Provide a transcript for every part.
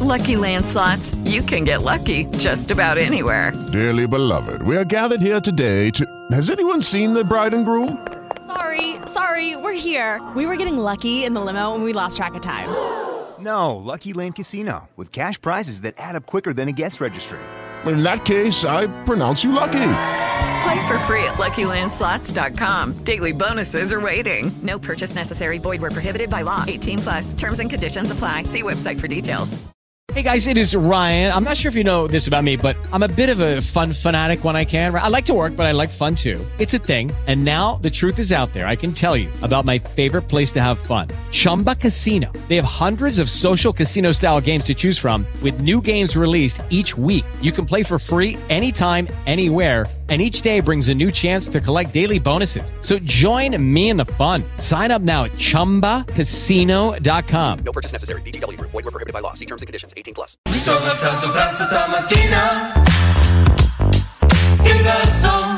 Lucky Land Slots, you can get lucky just about anywhere. Dearly beloved, we are gathered here today to... Has anyone seen the bride and groom? Sorry, we're here. We were getting lucky in the limo and we lost track of time. No, Lucky Land Casino, with cash prizes that add up quicker than a guest registry. In that case, I pronounce you lucky. Play for free at LuckyLandSlots.com. Daily bonuses are waiting. No purchase necessary. Void where prohibited by law. 18+. Terms and conditions apply. See website for details. Hey guys, it is Ryan. I'm not sure if you know this about me, but I'm a bit of a fun fanatic when I can. I like to work, but I like fun too. It's a thing. And now the truth is out there. I can tell you about my favorite place to have fun. Chumba Casino. They have hundreds of social casino style games to choose from with new games released each week. You can play for free anytime, anywhere. And each day brings a new chance to collect daily bonuses. So join me in the fun. Sign up now at ChumbaCasino.com. No purchase necessary. VGW Group. Void where prohibited by law. See terms and conditions. 18+. Mi sono alzato presto stamattina. Diverso.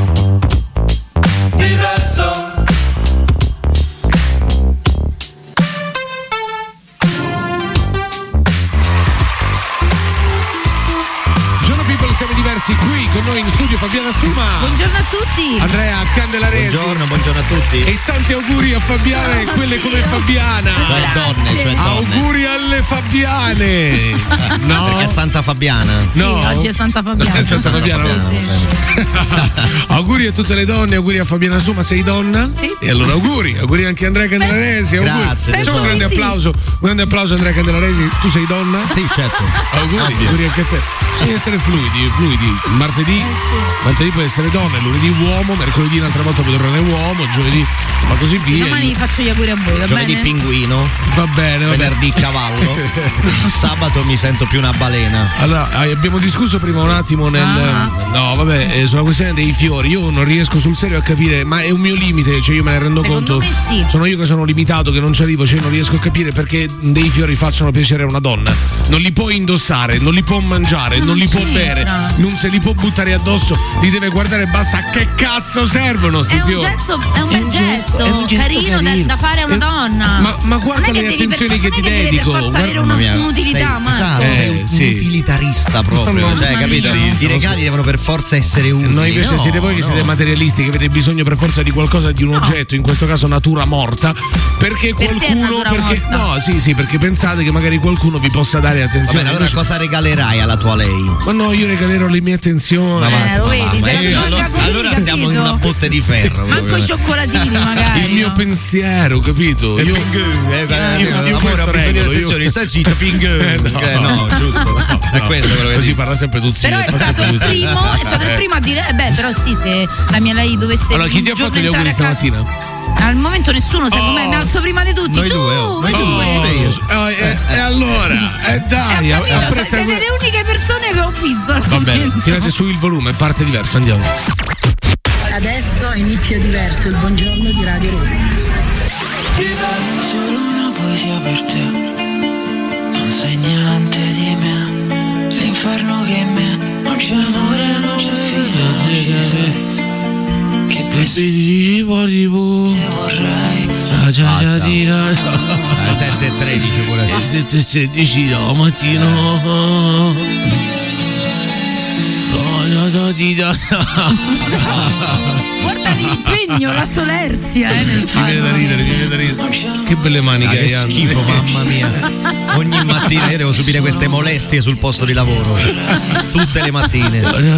Siamo diversi qui con noi in studio Fabiana Suma. Buongiorno a tutti. Andrea Candelaresi. Buongiorno a tutti. E tanti auguri a Fabiana e quelle come Fabiana. Cioè donne. Auguri alle Fabiane. No. Perché è Santa Fabiana. No. Sì, oggi è Santa Fabiana. È Santa Fabiana. Sì. Auguri a tutte le donne, auguri a Fabiana Suma, sei donna? Sì. E allora auguri anche a Andrea Candelaresi. Grazie. Facciamo un grande applauso. Un grande applauso a Andrea Candelaresi. Tu sei donna? Sì, certo. Auguri anche a te. Bisogna essere fluidi. Martedì può essere donna, lunedì uomo, mercoledì un'altra volta può tornare uomo, giovedì, ma così via. Domani faccio gli auguri a voi, va giovedì bene? Pinguino. Va bene. Venerdì cavallo. Sabato mi sento più una balena. Allora, abbiamo discusso prima un attimo sulla questione dei fiori. Io non riesco sul serio a capire, ma è un mio limite, cioè io me ne rendo Secondo conto. Me sì. Sono io che sono limitato, che non ci arrivo, cioè non riesco a capire perché dei fiori facciano piacere a una donna. Non li può indossare, non li può mangiare, non li può bere, non se li può buttare addosso, li deve guardare e basta. Che cazzo servono sti fiori? È un bel gesto carino da fare a una donna. Ma guarda le attenzioni che ti dedico. Non deve per forza avere un'utilità, Marco. Sei un utilitarista proprio, cioè, capito? I regali devono per forza essere utili. Noi invece siete voi che siete materialisti, che avete bisogno per forza di qualcosa, di un oggetto, in questo caso natura morta, perché qualcuno perché pensate che magari qualcuno vi possa dare attenzione. Vabbè, allora cosa regalerai alla tua lei? Ma no, io regalerò le mie attenzioni. Lo vedi, allora siamo in una botte di ferro. Anche i cioccolatini magari. Il mio pensiero, capito? Io ho bisogno di attenzione. Stai zitto, no, giusto. È questo quello che così parla sempre tu. Però è stato il primo a dire però sì, se la mia lei dovesse. Allora, chi ti ha fatto gli auguri stamattina? Al momento nessuno, secondo me, mi alzo prima di tutti. Noi due. E allora, dai, siete le uniche persone che ho visto. Va bene, tirate su il volume, parte diversa, andiamo. Adesso inizia diverso il buongiorno di Radio Roma. Solo una poesia per te. Non sai niente di me. L'inferno che in me non c'è amore, non c'è fine, non ci sei. Che ti vorrei 7:13 pure 7:16 la mattina. Guarda l'impegno, la solerzia nel mi viene da ridere. Che belle mani che hai, schifo, mamma mia. Ogni mattina io devo subire queste molestie sul posto di lavoro. Tutte le mattine. Guarda,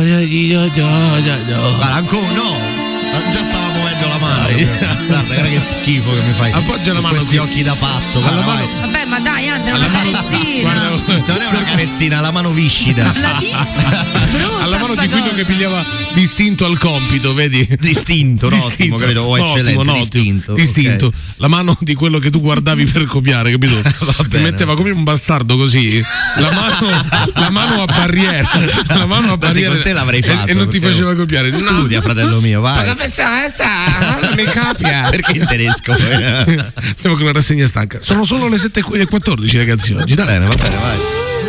ancora no. Già stava muovendo la mano. Guarda che schifo che mi fai. Appoggia la mano. Questi occhi da pazzo. Guarda, vai. Vabbè, ma dai, Andrea, una carezzina. Non è una carezzina, la mano viscida. Alla mano di quello che pigliava distinto al compito, vedi? Distinto, ottimo, capito? O eccellente, distinto. Okay. La mano di quello che tu guardavi per copiare, capito? Mi metteva come un bastardo così. La mano a barriera. La mano a barriera. Con te l'avrei fatto. E non ti faceva copiare. Studia, fratello mio, vai. Non mi capia. Perché in tedesco? Stiamo con una rassegna stanca. Sono solo le 7:14, ragazzi, oggi. Va bene, vai.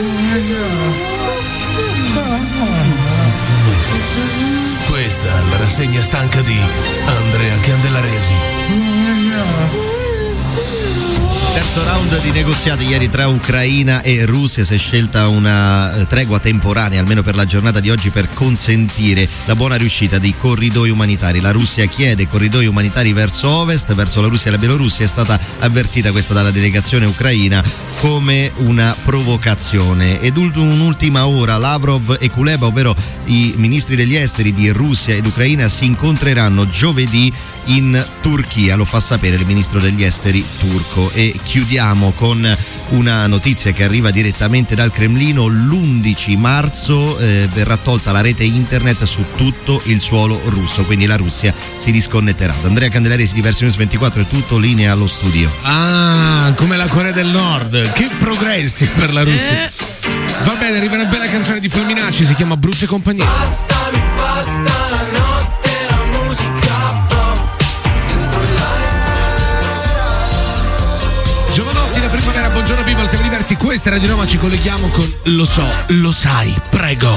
Questa è la rassegna stanca di Andrea Candelaresi. Terzo round di negoziati ieri tra Ucraina e Russia. Si è scelta una tregua temporanea almeno per la giornata di oggi per consentire la buona riuscita dei corridoi umanitari. La Russia chiede corridoi umanitari verso ovest, verso la Russia e la Bielorussia. È stata avvertita questa dalla delegazione ucraina come una provocazione. Ed un'ultima ora, Lavrov e Kuleba, ovvero i ministri degli esteri di Russia ed Ucraina, si incontreranno giovedì in Turchia, lo fa sapere il ministro degli esteri turco. E chiudiamo con una notizia che arriva direttamente dal Cremlino. L'11 marzo verrà tolta la rete internet su tutto il suolo russo, quindi la Russia si disconnetterà. Andrea Candeleri di Versi News 24 è tutto, linea allo studio. Ah, come la Corea del Nord, che progressi per la Russia. Va bene, arriva una bella canzone di Fulminacci, si chiama Brutte Compagnie. Basta, mi basta la notte, la musica pop. Giovanotti, la primavera, buongiorno people, siamo diversi, questa è Radio Roma, ci colleghiamo con Lo so, lo sai, prego.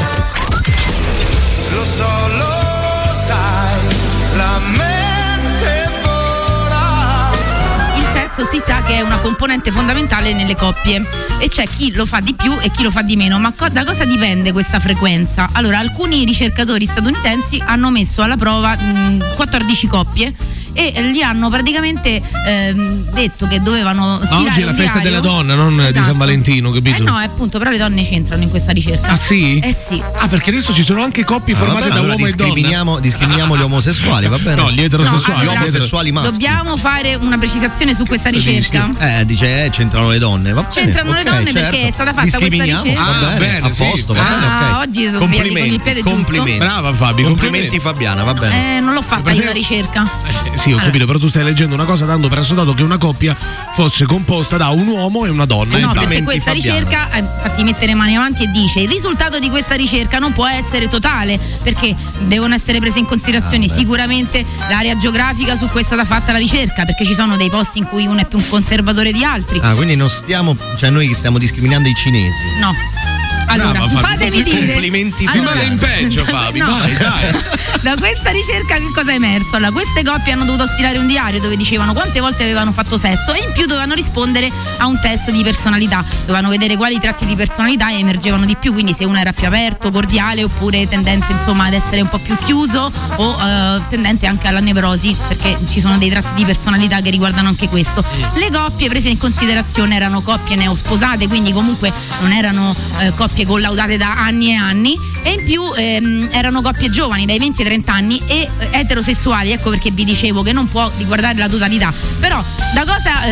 Lo so, lo sai, la mente vola. Il sesso si sa che è una componente fondamentale nelle coppie e c'è chi lo fa di più e chi lo fa di meno, ma da cosa dipende questa frequenza? Allora, alcuni ricercatori statunitensi hanno messo alla prova 14 coppie e gli hanno praticamente detto che dovevano stilare. Ma oggi è la festa diario. della donna, non Esatto. di San Valentino, capito? No, appunto, però le donne c'entrano in questa ricerca. Ah sì? Sì. Ah, perché adesso ci sono anche coppie formate da allora uomo e donna. Discriminiamo gli omosessuali, va bene? No, gli eterosessuali. Gli omosessuali maschi. Dobbiamo fare una precisazione su questa ricerca. Dice c'entrano le donne, va bene. C'entrano le donne perché è stata fatta questa ricerca. Va bene, a posto, va bene, ok. Oggi sono spiegati con il piede complimenti. giusto. Brava Fabi, complimenti Fabiana, va bene. Non l'ho fatta io la ricerca. Sì, ho capito, però tu stai leggendo una cosa dando per assodato che una coppia fosse composta da un uomo e una donna. No, perché questa ricerca, infatti mette le mani avanti e dice: il risultato di questa ricerca non può essere totale perché devono essere prese in considerazione sicuramente l'area geografica su cui è stata fatta la ricerca, perché ci sono dei posti in cui uno è più conservatore di altri. Quindi non stiamo, noi stiamo discriminando i cinesi. No. Allora, brava, fatemi dire. Complimenti, allora, in peggio, Fabi. No. Dai. Da questa ricerca che cosa è emerso? Allora, queste coppie hanno dovuto stilare un diario dove dicevano quante volte avevano fatto sesso e in più dovevano rispondere a un test di personalità. Dovevano vedere quali tratti di personalità emergevano di più, quindi se uno era più aperto, cordiale oppure tendente insomma ad essere un po' più chiuso o tendente anche alla nevrosi, perché ci sono dei tratti di personalità che riguardano anche questo. Le coppie prese in considerazione erano coppie neosposate, quindi comunque non erano coppie collaudate da anni e anni, e in più erano coppie giovani dai 20 ai 30 anni e eterosessuali. Ecco perché vi dicevo che non può riguardare la totalità. Però da cosa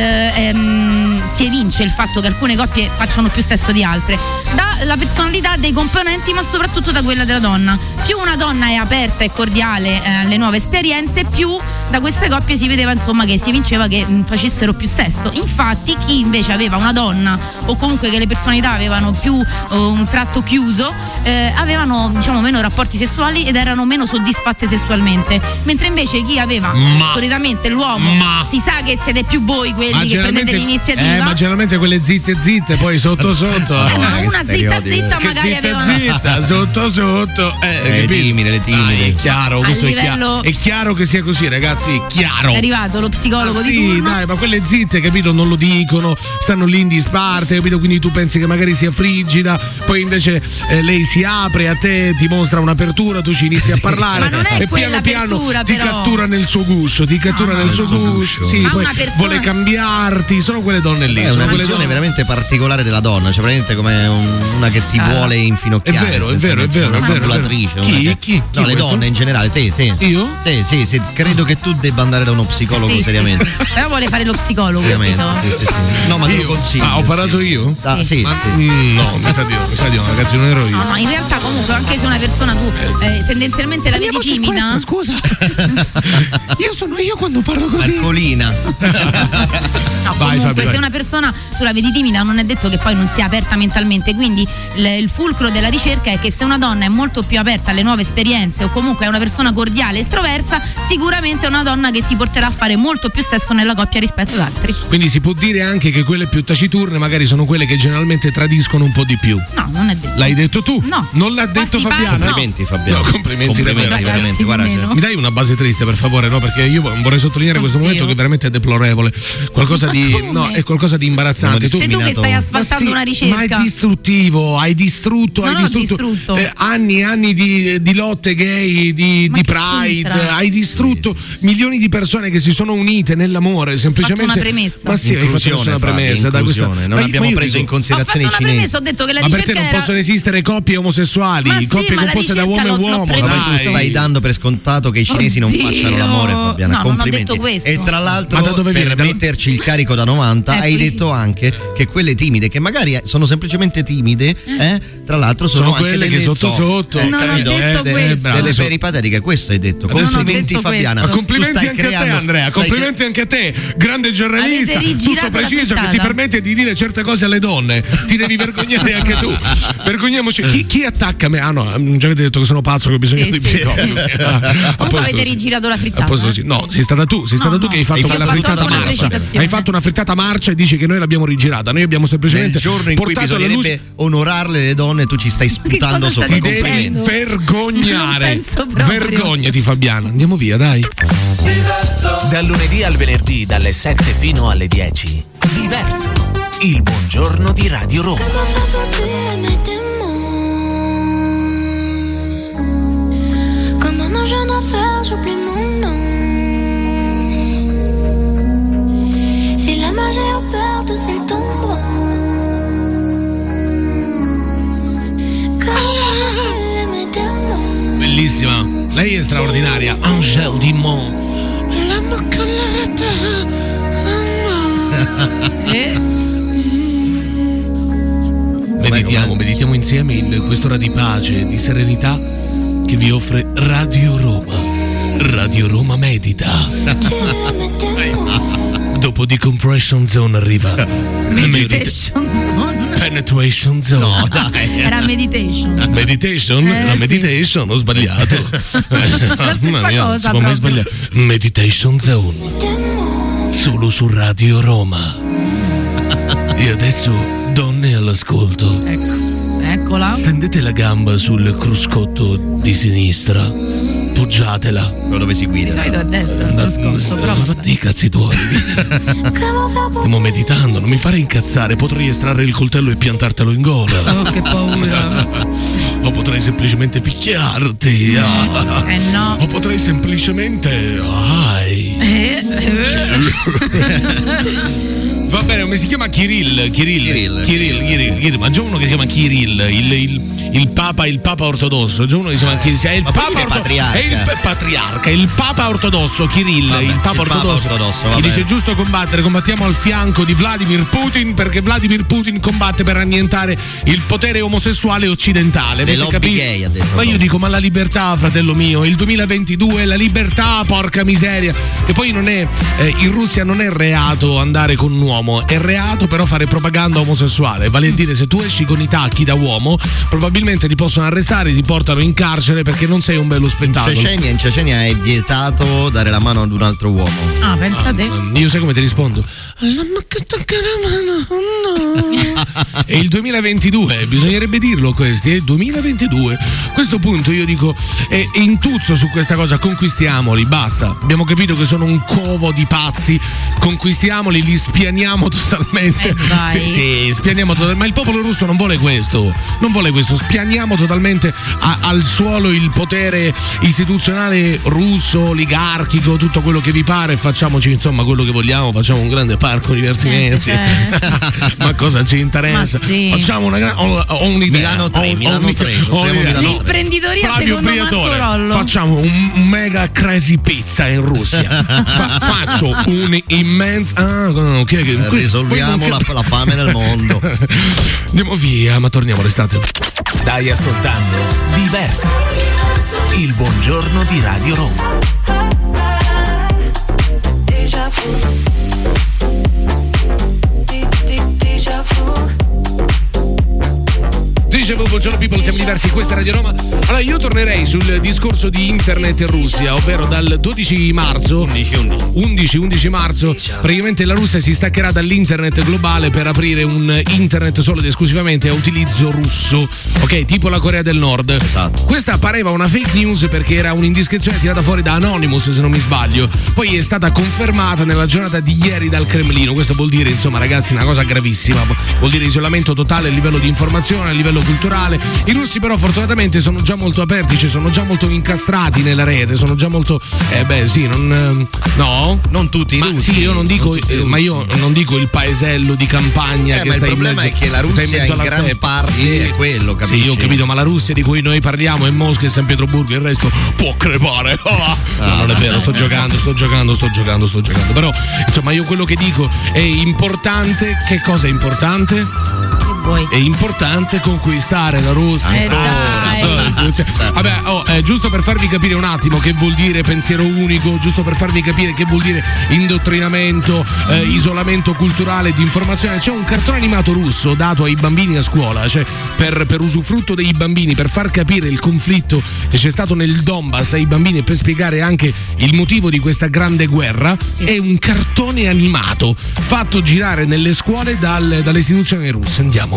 si evince il fatto che alcune coppie facciano più sesso di altre? Dalla personalità dei componenti, ma soprattutto da quella della donna. Più una donna è aperta e cordiale alle nuove esperienze, più da queste coppie si vedeva insomma che si evinceva che facessero più sesso. Infatti chi invece aveva una donna o comunque che le personalità avevano più un tratto chiuso avevano diciamo meno rapporti sessuali ed erano meno soddisfatte sessualmente, mentre invece chi aveva solitamente l'uomo si sa che siete più voi quelli che prendete l'iniziativa, ma generalmente quelle zitte poi sotto ma una zitta magari zitta sotto le timide è chiaro, questo livello... è chiaro che sia così, ragazzi, è chiaro. È arrivato lo psicologo di sì, turno. dai, ma quelle zitte, capito, non lo dicono, stanno lì in disparte, capito, quindi tu pensi che magari sia frigida, poi invece lei si apre a te, ti mostra un'apertura, tu ci inizi a parlare ma non è e piano piano ti però. cattura nel suo guscio, nel suo guscio, sì, ma poi vuole cambiarti, sono quelle donne lì. È una visione veramente particolare della donna, cioè veramente come una che ti vuole infinocchiare. È vero. Una manipolatrice. Chi? No, le donne in generale, te. Io? Te, sì, credo che tu debba andare da uno psicologo seriamente. Sì. Però vuole fare lo psicologo. Ovviamente, sì. No, ma te lo consiglio. Ho parlato io? Sì. No, mi sa di no, ragazzi, non ero io. No, in realtà comunque anche se una persona tu tendenzialmente la vedi timida. Scusa. Io sono io quando parlo così. Marcolina. No, comunque se una persona tu la vedi timida non è detto che poi non sia aperta mentalmente, quindi il fulcro della ricerca è che se una donna è molto più aperta alle nuove esperienze o comunque è una persona cordiale, estroversa, sicuramente è una donna che ti porterà a fare molto più sesso nella coppia rispetto ad altri. Quindi si può dire anche che quelle più taciturne magari sono quelle che generalmente tradiscono un po' di più. No, non è detto. L'hai detto tu? No. Non l'ha detto Fabiana. Complimenti Fabiana. No, complimenti veramente. Guarda, mi dai una base triste per favore, no? Perché io vorrei sottolineare questo momento che veramente è deplorevole. Qualcosa di è qualcosa di imbarazzante. Sei tu che stai asfaltando una ricerca. Ma è distruttivo, hai distrutto anni e anni di lotte gay, di Pride, hai distrutto milioni di persone che si sono unite nell'amore, semplicemente. Ho fatto una premessa. Ma sì, hai fatto una premessa, da questa. Non abbiamo preso in considerazione i cinesi. Ho detto che la ma ricerca per te non era... possono esistere coppie omosessuali, coppie composte da uomo e uomo. Tu stai dando per scontato che i cinesi non facciano l'amore, Fabiana. No, complimenti. Non ho detto questo. E tra l'altro, per metterci il carico da 90, hai detto anche che quelle timide, che magari sono semplicemente timide, tra l'altro sono anche quelle che sotto non ho detto questo. delle peripatetiche, questo hai detto. Complimenti Fabiana. Complimenti anche a te Andrea, complimenti anche a te, grande giornalista, tutto preciso, che si permette di dire certe cose alle donne. Ti devi vergognare anche tu. Vergogniamoci. Chi attacca me? Ah no, già avete detto che sono pazzo, che ho bisogno di psicologo. Comunque avete rigirato la frittata. No, sei stata tu che hai fatto quella frittata marcia. Hai fatto una frittata marcia e dici che noi l'abbiamo rigirata. Noi abbiamo semplicemente nel giorno in cui bisognerebbe onorarle le donne, tu ci stai sputando sopra. Ti devi vergognare. Vergognati Fabiana. Andiamo via, dai. Dal lunedì al venerdì dalle 7 fino alle 10. Diverso. Il buongiorno di Radio Roma. Comment non je dois faire, j'oublie mon nom. Si la magie a peur, tout c'est le tombeau. Bellissima, lei è straordinaria. Angèle Dumont. Meditiamo insieme in quest'ora di pace, di serenità che vi offre Radio Roma. Radio Roma medita. Dopo Decompression Zone arriva Penetration Zone. No, dai. Era Meditation. Meditation? La Meditation, sì. Ho sbagliato. La stessa cosa, non mai sbagliato. Meditation Zone. Solo su Radio Roma. E adesso, donne all'ascolto. Eccola. Stendete la gamba sul cruscotto di sinistra. Poggiatela. Dove si guida? Di solito a destra, il cruscotto, però. Fatti i cazzi tuoi. Stiamo meditando, non mi fare incazzare. Potrei estrarre il coltello e piantartelo in gola. Oh, che paura. O potrei semplicemente picchiarti. No. O potrei semplicemente. Va bene, come si chiama Kirill, ma già uno che si chiama Kirill, il Papa ortodosso, già uno che si chiama Kirill, è il Papa patriarca, il Papa ortodosso Kirill, il Papa ortodosso. Che dice giusto combattiamo al fianco di Vladimir Putin, perché Vladimir Putin combatte per annientare il potere omosessuale occidentale. Le lobby gay, ha detto. Ma io dico, ma la libertà, fratello mio, il 2022 la libertà, porca miseria. Che poi non è in Russia non è reato andare con un uomo, è reato però fare propaganda omosessuale, vale a dire se tu esci con i tacchi da uomo probabilmente ti possono arrestare, ti portano in carcere perché non sei un bello spettacolo. In Cecenia è vietato dare la mano ad un altro uomo. Ah, pensa te. Io sai come ti rispondo? È il 2022, bisognerebbe dirlo questi, è il 2022. A questo punto io dico intuzzo su questa cosa, conquistiamoli, basta. Abbiamo capito che sono un covo di pazzi, conquistiamoli, li spianiamo totalmente. Sì, spianiamo totalmente. Ma il popolo russo non vuole questo, spianiamo totalmente al suolo il potere istituzionale russo, oligarchico, tutto quello che vi pare, facciamoci insomma quello che vogliamo, facciamo un grande parco divertimenti. Ma cosa ci interessa? Sì. Facciamo un'idea. Milano 3. L'imprenditoria Flavio secondo Briatore, Marco Rollo. facciamo un mega crazy pizza in Russia. Faccio un immenso risolviamo la fame nel mondo. Andiamo via, ma torniamo l'estate. Stai ascoltando Diverso, il buongiorno di Radio Roma. dicevo, buongiorno people, siamo diversi, questa è Radio Roma. Allora io tornerei sul discorso di internet e Russia, ovvero dal 12 marzo 11 marzo praticamente la Russia si staccherà dall'internet globale per aprire un internet solo ed esclusivamente a utilizzo russo, ok, tipo la Corea del Nord. Esatto. Questa pareva una fake news perché era un'indiscrezione tirata fuori da Anonymous, se non mi sbaglio, poi è stata confermata nella giornata di ieri dal Cremlino. Questo vuol dire, insomma ragazzi, una cosa gravissima, vuol dire isolamento totale a livello di informazione, a livello culturale. I russi però fortunatamente sono già molto aperti, cioè sono già molto incastrati nella rete, sono già molto non tutti i russi. Sì, io non dico io non dico il paesello di campagna che ma sta il problema in mezzo, è che la Russia in gran parte è quello, capisci? Sì, io ho capito, ma la Russia di cui noi parliamo è Mosca e San Pietroburgo, il resto può crepare. No, non è vero, sto giocando. Però insomma io quello che dico è importante. Che cosa è importante? È importante conquistare la Russia. Vabbè, giusto per farvi capire un attimo che vuol dire pensiero unico, giusto per farvi capire che vuol dire indottrinamento, isolamento culturale di informazione. C'è un cartone animato russo dato ai bambini a scuola, cioè per usufrutto dei bambini, per far capire il conflitto che c'è stato nel Donbass ai bambini e per spiegare anche il motivo di questa grande guerra. Sì. È un cartone animato fatto girare nelle scuole dalle istituzioni russe. Andiamo.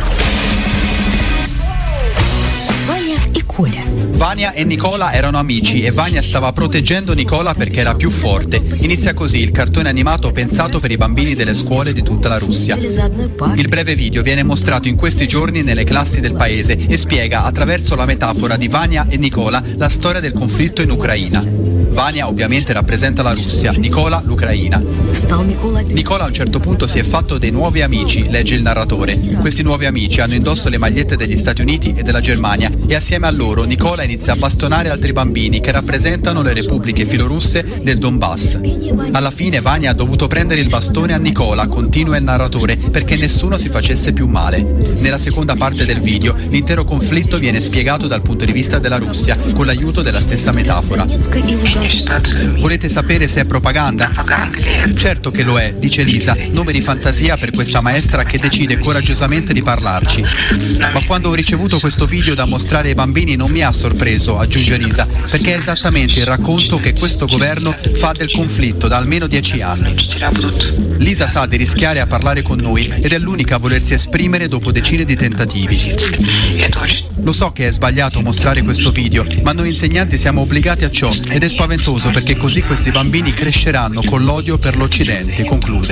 Vania e Nicola erano amici e Vania stava proteggendo Nicola perché era più forte. Inizia così il cartone animato pensato per i bambini delle scuole di tutta la Russia. Il breve video viene mostrato in questi giorni nelle classi del paese e spiega attraverso la metafora di Vania e Nicola la storia del conflitto in Ucraina. Vania ovviamente rappresenta la Russia, Nicola l'Ucraina. Nicola a un certo punto si è fatto dei nuovi amici, legge il narratore. Questi nuovi amici hanno indosso le magliette degli Stati Uniti e della Germania e assieme a loro Nicola inizia a bastonare altri bambini che rappresentano le repubbliche filorusse del Donbass. Alla fine Vania ha dovuto prendere il bastone a Nicola, continua il narratore, perché nessuno si facesse più male. Nella seconda parte del video l'intero conflitto viene spiegato dal punto di vista della Russia, con l'aiuto della stessa metafora. Volete sapere se è propaganda? Certo che lo è, dice Lisa, nome di fantasia per questa maestra che decide coraggiosamente di parlarci. Ma quando ho ricevuto questo video da mostrare ai bambini non mi ha sorpreso, aggiunge Lisa, perché è esattamente il racconto che questo governo fa del conflitto da almeno 10 anni. Lisa sa di rischiare a parlare con noi ed è l'unica a volersi esprimere dopo decine di tentativi. Lo so che è sbagliato mostrare questo video, ma noi insegnanti siamo obbligati a ciò ed è spaventoso perché così questi bambini cresceranno con l'odio per l'Occidente, conclude.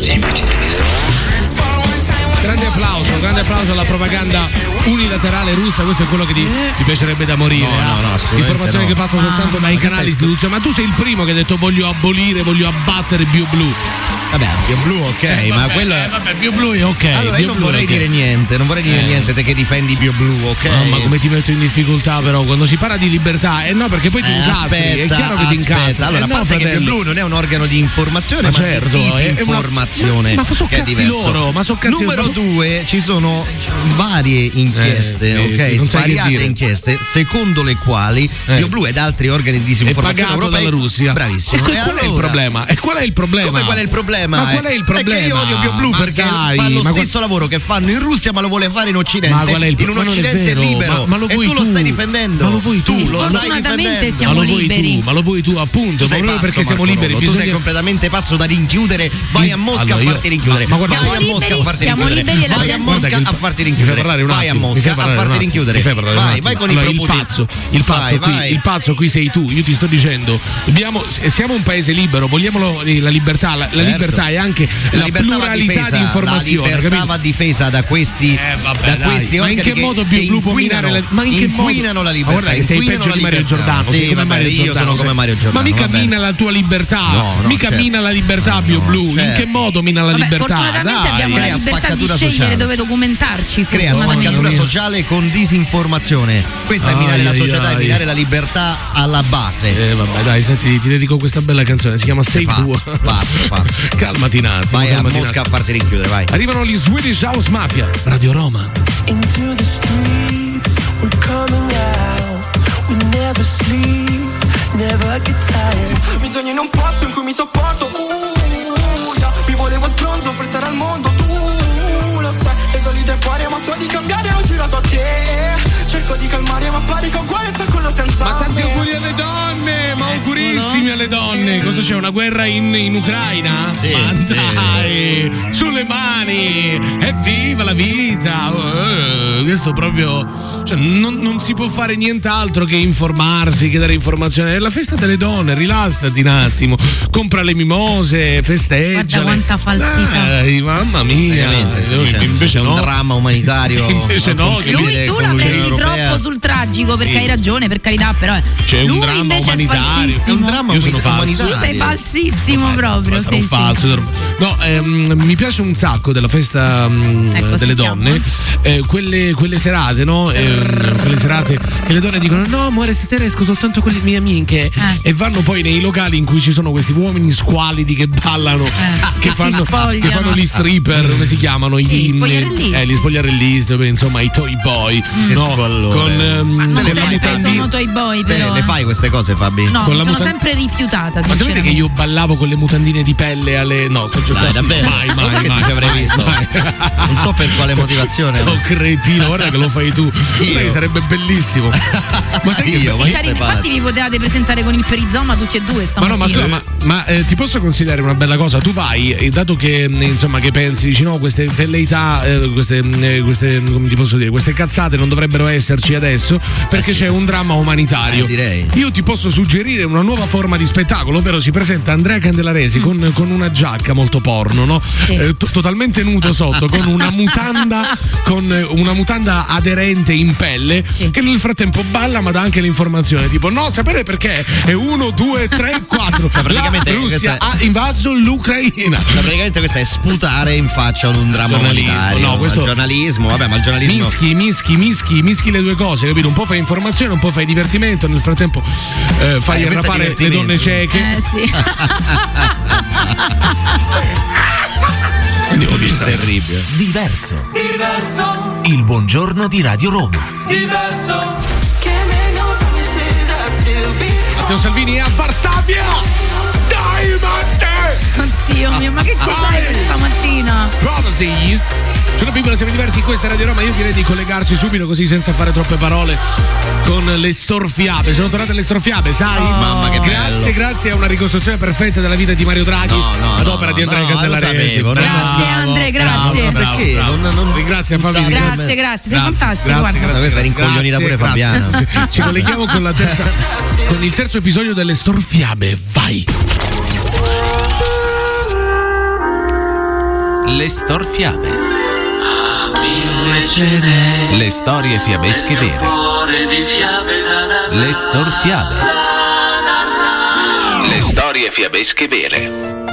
Grande applauso alla propaganda unilaterale russa, questo è quello che ti piacerebbe da morire. No, informazione che passa soltanto dai canali istituzionali. Ma tu sei il primo che ha detto voglio abbattere BioBlu. Vabbè, BioBlu ok, ma quello è... BioBlu è ok. Allora io non vorrei dire niente, te che difendi BioBlu, ok? Ma come ti metto in difficoltà però quando si parla di libertà? No, perché poi ti incastri, è chiaro che ti incastri. Allora, a parte che BioBlu non è un organo di informazione, ma certo, è informazione. Ma sono cazzi loro, Numero 2, ci sono varie inchieste, ok? Svariate inchieste, secondo le quali BioBlu ed altri organi di disinformazione europei dalla Russia. Bravissimo. Qual è il problema? E qual è il problema? Come qual è il problema? Ma qual è il problema? È che io odio BioBlu perché fa lo stesso lavoro che fanno in Russia, ma lo vuole fare in Occidente. Ma qual è il in un Occidente libero. Ma lo vuoi e tu lo stai difendendo. Ma lo vuoi tu? Lo stai difendendo. Siamo liberi. Ma lo vuoi tu, appunto. Ma proprio perché siamo liberi. Tu sei completamente pazzo da rinchiudere. Vai a Mosca a farti rinchiudere. Siamo liberi e la vai a Mosca a farti rinchiudere. Vai a Mosca a farti rinchiudere. Vai con i propoti. Il pazzo qui sei tu. Io ti sto dicendo, siamo un paese libero, vogliamo la libertà. La libertà è anche la pluralità di informazione. La libertà va difesa da questi organi. Ma in che modo BioBlu può minare la libertà? Inquinano la libertà. Guarda che sei peggio di Mario Giordano. Sì, vabbè, io sono come Mario Giordano. Ma mica mina la tua libertà. Mica mina la libertà BioBlu. In che modo mina la libertà? Fortunatamente abbiamo la libertà di scegliere dove documentarci. Crea spaccatura sociale con disinformazione. Questa è minare la società e minare la libertà alla base. Vabbè, dai, senti, ti dedico questa bella canzone. Si chiama Save Tu. Pazzo. Calmati un attimo. Vai a Mosca a farti rinchiudere, vai. Arrivano gli Swedish House Mafia. Radio Roma. Into the streets, we're coming out. We never sleep, never get tired. Mi sogno in un posto in cui mi sopporto. Mi volevo sbronzo per stare al mondo. Tu lo sai, le solite di tre cuori, ma so di cambiare, ho giurato a te. Cerco di calmare, ma pari con cuore, sto con lo senza. Ma tanti auguri alle donne, ma augurissimi alle donne. Cosa c'è, una guerra in Ucraina? Sì, ma dai, sulle mani, evviva la vita. Questo proprio, cioè, non si può fare nient'altro che informarsi, che dare informazioni. È la festa delle donne, rilassati un attimo, compra le mimose, festeggia. Guarda quanta falsità. Mamma mia, invece no. Un dramma umanitario. Invece no, tu la prendi troppo sul tragico, perché hai ragione, per carità, però c'è un dramma umanitario. È un dramma umanitario. Tu sei falsissimo proprio. Sarò falso. No, mi piace un sacco della festa delle donne, quelle serate, no? Quelle serate che le donne dicono: no amore, stasera esco soltanto con le mie amiche, e vanno poi nei locali in cui ci sono questi uomini squalidi che ballano, che fanno gli stripper, come si chiamano? Gli spogliarellisti, insomma, i toy boy, no? Con la mutandina. Sono toy boy, però. Le fai queste cose, Fabi? No, con sono sempre rifiutata. Ma sapete che io ballavo con le mutandine di pelle alle. No, sto giocando. Davvero? Mai. Ti avrei visto. Non so per quale motivazione. Sto cretino, guarda che lo fai tu. Sarebbe bellissimo. Ma sai infatti vi potevate presentare con il perizoma tutti e due stamattina. Ma no, ma ti posso consigliare una bella cosa? Tu vai, dato che insomma che pensi, dici no, queste velleità, queste come ti posso dire, queste cazzate non dovrebbero esserci adesso perché c'è un dramma umanitario. Direi. Io ti posso suggerire una nuova forma di spettacolo, ovvero si presenta Andrea Candelaresi con una giacca molto porno, no? Sì. Totalmente nudo sotto, con una mutanda aderente in pelle, sì, che nel frattempo balla ma dà anche l'informazione tipo no, sapere perché è 1, 2, 3, 4 la Russia ha invaso l'Ucraina. Praticamente questa è sputare in faccia ad un dramma umanitario. No, questo il giornalismo, vabbè, ma il giornalismo mischi le due cose, capito? Un po' fai informazione, un po' fai divertimento, nel frattempo fai arrapare le donne cieche. Sì. Terribile. Diverso. Il buongiorno di Radio Roma. Matteo Salvini è a Varsavia. Dai Matteo! Oddio mio, ma che cos'è questa mattina? Prophecies. Sono piccolo, siamo diversi, questa è Radio Roma. Io direi di collegarci subito, così senza fare troppe parole, con le storfiabe. Sono tornate le storfiabe, sai? Mamma che bello. Grazie a una ricostruzione perfetta della vita di Mario Draghi, ad opera di Andrea Candelaresi. Grazie Andre, grazie. Perché? Non ringrazia Fabio. Grazie, sei fantastico. Questa è rincoglionita pure Fabiana. Ci colleghiamo con il terzo episodio delle storfiabe. Vai. Le storfiabe. Le storie fiabesche vere. Le storfiabe. Le storie fiabesche vere.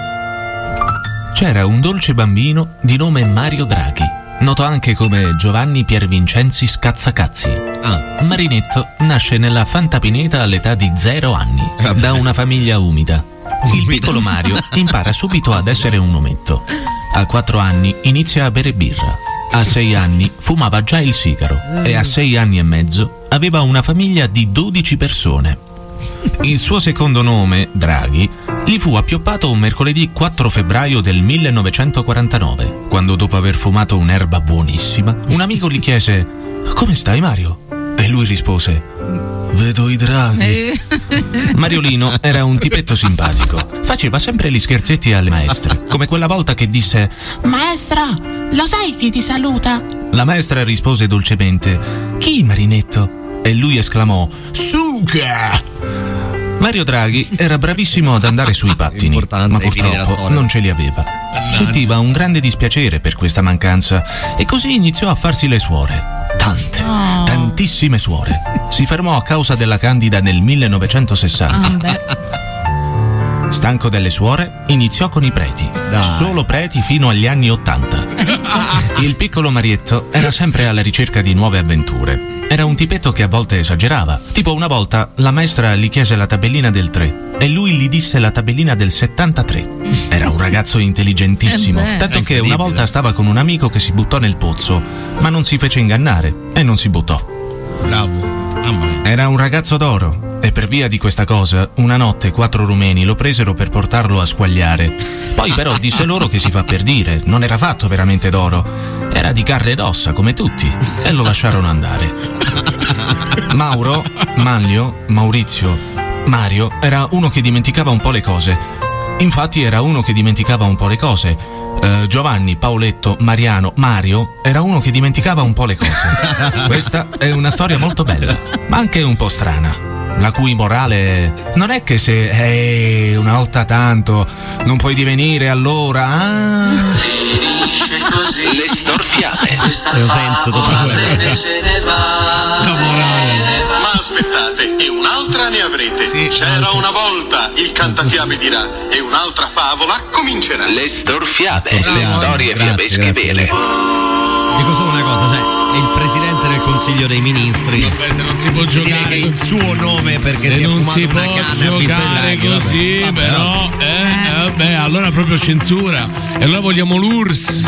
C'era un dolce bambino di nome Mario Draghi, noto anche come Giovanni Piervincenzi Scazzacazzi. Marinetto nasce nella Fantapineta all'età di 0 anni, da una famiglia umida. Il piccolo Mario impara subito ad essere un ometto. A 4 anni inizia a bere birra. A 6 anni fumava già il sigaro e a 6 anni e mezzo aveva una famiglia di 12 persone. Il suo secondo nome, Draghi, gli fu appioppato un mercoledì 4 febbraio del 1949, quando dopo aver fumato un'erba buonissima, un amico gli chiese: «Come stai, Mario?» E lui rispose: «Vedo i draghi». Mariolino era un tipetto simpatico. Faceva sempre gli scherzetti alle maestre, come quella volta che disse: «Maestra, lo sai chi ti saluta?» La maestra rispose dolcemente: «Chi, Marinetto?» E lui esclamò: «Suca!» Mario Draghi era bravissimo ad andare sui pattini, ma purtroppo non ce li aveva. Sentiva un grande dispiacere per questa mancanza e così iniziò a farsi le suore. Tantissime suore. Si fermò a causa della Candida nel 1960. Stanco delle suore, iniziò con i preti. Solo preti fino agli anni 80. Il piccolo Marietto era sempre alla ricerca di nuove avventure. Era un tipetto che a volte esagerava. Tipo una volta la maestra gli chiese la tabellina del 3 e lui gli disse la tabellina del 73. Era un ragazzo intelligentissimo, tanto che una volta stava con un amico che si buttò nel pozzo, ma non si fece ingannare e non si buttò. Bravo. Era un ragazzo d'oro e per via di questa cosa una notte 4 rumeni lo presero per portarlo a squagliare. Poi però disse loro che si fa per dire, non era fatto veramente d'oro, era di carne ed ossa come tutti, e lo lasciarono andare. Mauro, Manlio, Maurizio, Mario era uno che dimenticava un po' le cose. Infatti era uno che dimenticava un po' le cose. Giovanni, Paoletto, Mariano, Mario era uno che dimenticava un po' le cose. Questa è una storia molto bella, ma anche un po' strana, la cui morale non è che se una volta tanto non puoi divenire allora finisce così le storpiate. È un senso totale. Se ne va, la morale. Ma aspettate, e un'altra ne avrete. Sì, c'era una volta, il cantafiamme dirà, e un'altra favola comincerà. Le storfiate, le storie fiabesche vere. Dico solo una cosa, cioè, è il presidente del Consiglio dei Ministri. Vabbè, se non si può giocare il suo nome perché se si è non fumato si una può canna giocare così, vabbè, però vabbè, allora proprio censura. E allora vogliamo l'URSS.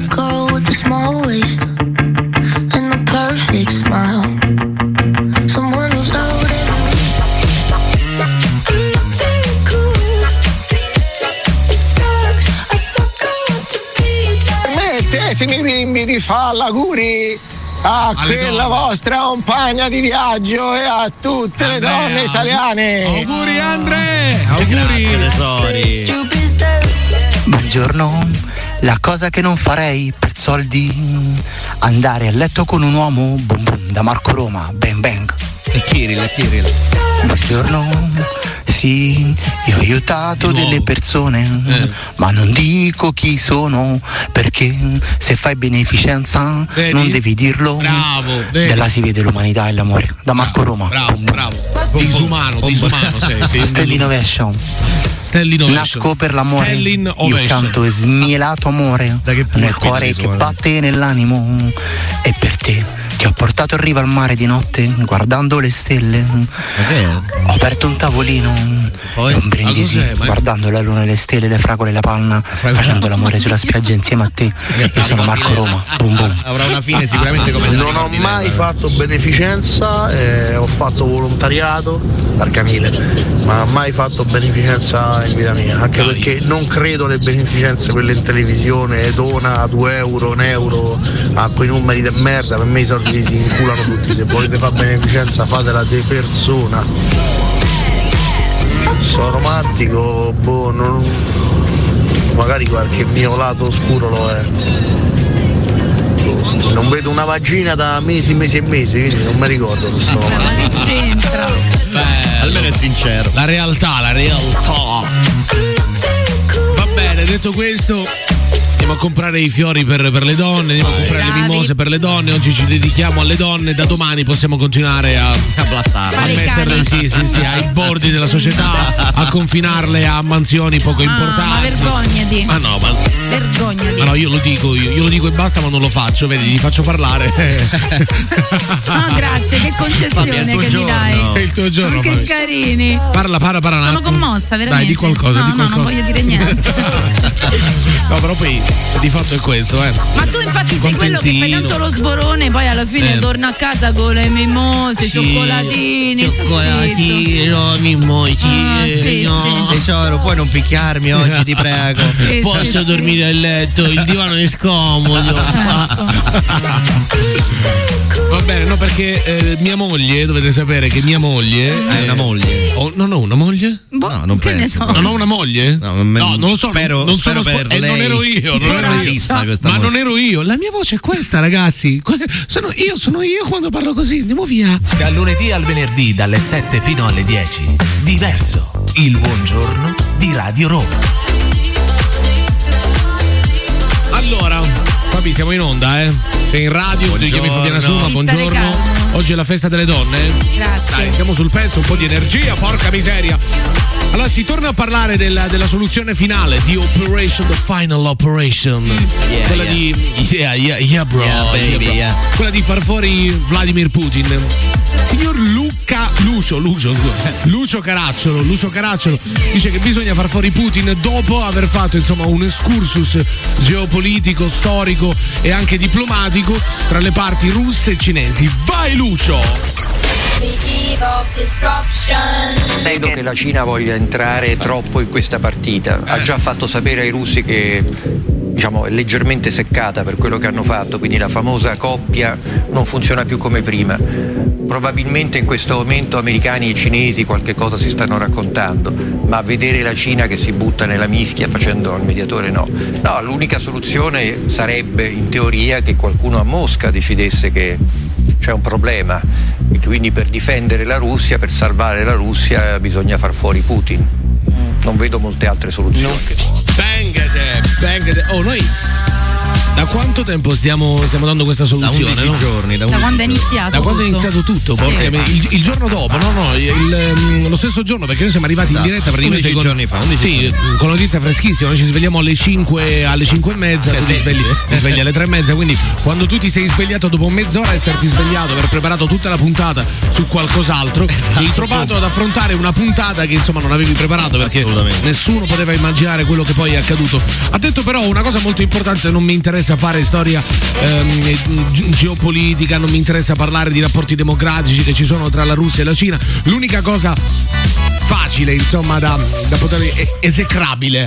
Permettetemi bimbi di fare auguri a quella vostra compagna di viaggio e a tutte le donne italiane. Auguri Andre! Auguri! Grazie tesori. Buongiorno, la cosa che non farei per soldi, andare a letto con un uomo, boom boom, da Marco Roma, bang bang. E Kirill. Buongiorno, sì, io ho aiutato delle persone, ma non dico chi sono, perché se fai beneficenza non devi dirlo. Bravo, da là si vede l'umanità e l'amore. Da Marco Roma. Bravo. Disumano sei. Standing ovation. Nasco per l'amore. Io canto e smielato amore nel cuore che batte nell'animo. E per te che ho portato in riva al mare di notte guardando le stelle. Ho aperto un tavolino e un brindisi guardando la luna e le stelle, le fragole e la panna, facendo l'amore sulla spiaggia insieme a te. Io sono Marco Roma. Boom boom. Avrà una fine sicuramente come non ho mai fatto beneficenza, ho fatto volontariato al Camille, ma mai fatto beneficenza in vita mia, anche perché non credo alle beneficenze quelle in televisione, dona 2 euro, 1 euro a quei numeri di merda. Per me i soldi si inculano tutti. Se volete fare beneficenza fatela di persona. Sono romantico, magari qualche mio lato oscuro lo è. Non vedo una vagina da mesi e mesi, quindi non mi ricordo questo momento. Ma che c'entra? Almeno è sincero. La realtà. Va bene, detto questo, andiamo a comprare i fiori per le donne, andiamo a comprare le mimose per le donne. Oggi ci dedichiamo alle donne, da domani possiamo continuare a blastarle, a metterle sì, ai bordi della società, a confinarle a mansioni poco importanti. Ma vergognati. Vergognati. Ma no, io lo dico e basta, ma non lo faccio, vedi, gli faccio parlare. No, grazie, che concessione che mi dai. È il tuo giorno. Che carini. Parla un attimo. Sono commossa, veramente. Dai, di qualcosa. No, non voglio dire niente. No, però poi di fatto è questo, Ma tu infatti sei quello che fai tanto lo sborone, poi alla fine torna a casa con le mimose, cioccolatini, mimose. Tesoro, puoi non picchiarmi oggi, ti prego. Posso dormire a letto, il divano è scomodo. Va bene, no, perché mia moglie, dovete sapere che mia moglie è una moglie. Non ho una moglie? No, non penso. Non ho una moglie? No, non lo so. Spero per lei. Non ero io. Non ero io. La mia voce è questa, ragazzi. Sono io quando parlo così. Andiamo via. Dal lunedì al venerdì, dalle 7 fino alle 10. Diverso. Il buongiorno di Radio Roma. Allora, Fabi, siamo in onda, Sei in radio, ti chiami Fabiana Suma, buongiorno. Oggi è la festa delle donne. Grazie. Dai, siamo sul pezzo, un po' di energia, porca miseria. Allora si torna a parlare della soluzione finale di Operation, the Final Operation. Quella di bro. Quella di far fuori Vladimir Putin. Signor Lucio Caracciolo dice che bisogna far fuori Putin dopo aver fatto un excursus geopolitico, storico e anche diplomatico tra le parti russe e cinesi. Vai Lucio! Credo che la Cina voglia entrare troppo in questa partita. Ha già fatto sapere ai russi che è leggermente seccata per quello che hanno fatto, quindi la famosa coppia non funziona più come prima. Probabilmente in questo momento americani e cinesi qualche cosa si stanno raccontando, ma vedere la Cina che si butta nella mischia facendo il mediatore no. No, l'unica soluzione sarebbe in teoria che qualcuno a Mosca decidesse che c'è un problema e quindi per difendere la Russia, per salvare la Russia bisogna far fuori Putin. Non vedo molte altre soluzioni. Bangate. Oh, noi da quanto tempo stiamo dando questa soluzione? Da 11 giorni. Da quando è iniziato Da quando è iniziato tutto? Sì. Il giorno dopo, lo stesso giorno, perché noi siamo arrivati in diretta praticamente 11 giorni fa. Con notizia freschissima. Noi ci svegliamo alle 5 e mezza, tu ti svegli alle 3 e mezza, quindi quando tu ti sei svegliato dopo mezz'ora esserti svegliato, aver preparato tutta la puntata su qualcos'altro, ti hai trovato ad affrontare una puntata che insomma non avevi preparato, perché nessuno poteva immaginare quello che poi è accaduto. Ha detto però una cosa molto importante: non mi interessa fare storia geopolitica, non mi interessa parlare di rapporti democratici che ci sono tra la Russia e la Cina. L'unica cosa facile, insomma, da poter esecrabile,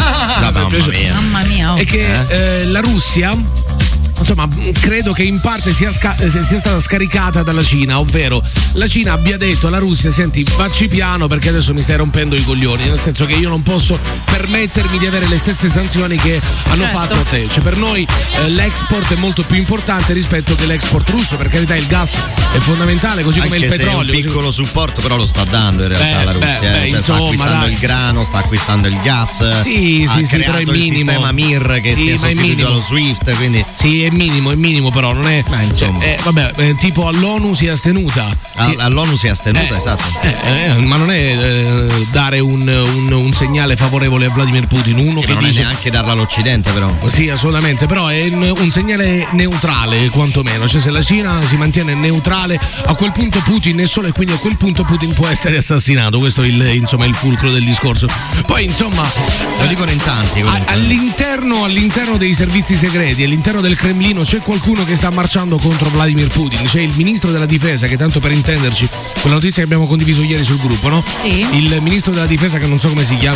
mamma mia, è che la Russia, insomma, credo che in parte sia stata scaricata dalla Cina, ovvero la Cina abbia detto alla Russia: senti, facci piano perché adesso mi stai rompendo i coglioni, nel senso che io non posso permettermi di avere le stesse sanzioni che hanno fatto a te. Cioè, per noi l'export è molto più importante rispetto che l'export russo. Per carità, il gas è fondamentale, così come il petrolio. Un piccolo supporto però lo sta dando in realtà la Russia. Insomma, sta acquistando il grano, sta acquistando il gas, ha creato però il sistema MIR che si è sostituito allo SWIFT, quindi è minimo, però non è. Tipo all'ONU si è astenuta. All'ONU si è astenuta, esatto. Ma non è dare un segnale favorevole a Vladimir Putin, uno che non dice è neanche darla all'Occidente, però. Sì, assolutamente, però è un segnale neutrale, quantomeno. Cioè, se la Cina si mantiene neutrale, a quel punto Putin è solo, e quindi a quel punto Putin può essere assassinato. Questo è il fulcro del discorso. Poi, insomma, lo dicono in tanti. All'interno dei servizi segreti, all'interno del Cremlino, c'è qualcuno che sta marciando contro Vladimir Putin. C'è il ministro della difesa, che tanto per intenderci, quella notizia che abbiamo condiviso ieri sul gruppo, no? Sì. Il ministro della difesa, che non so come si chiama,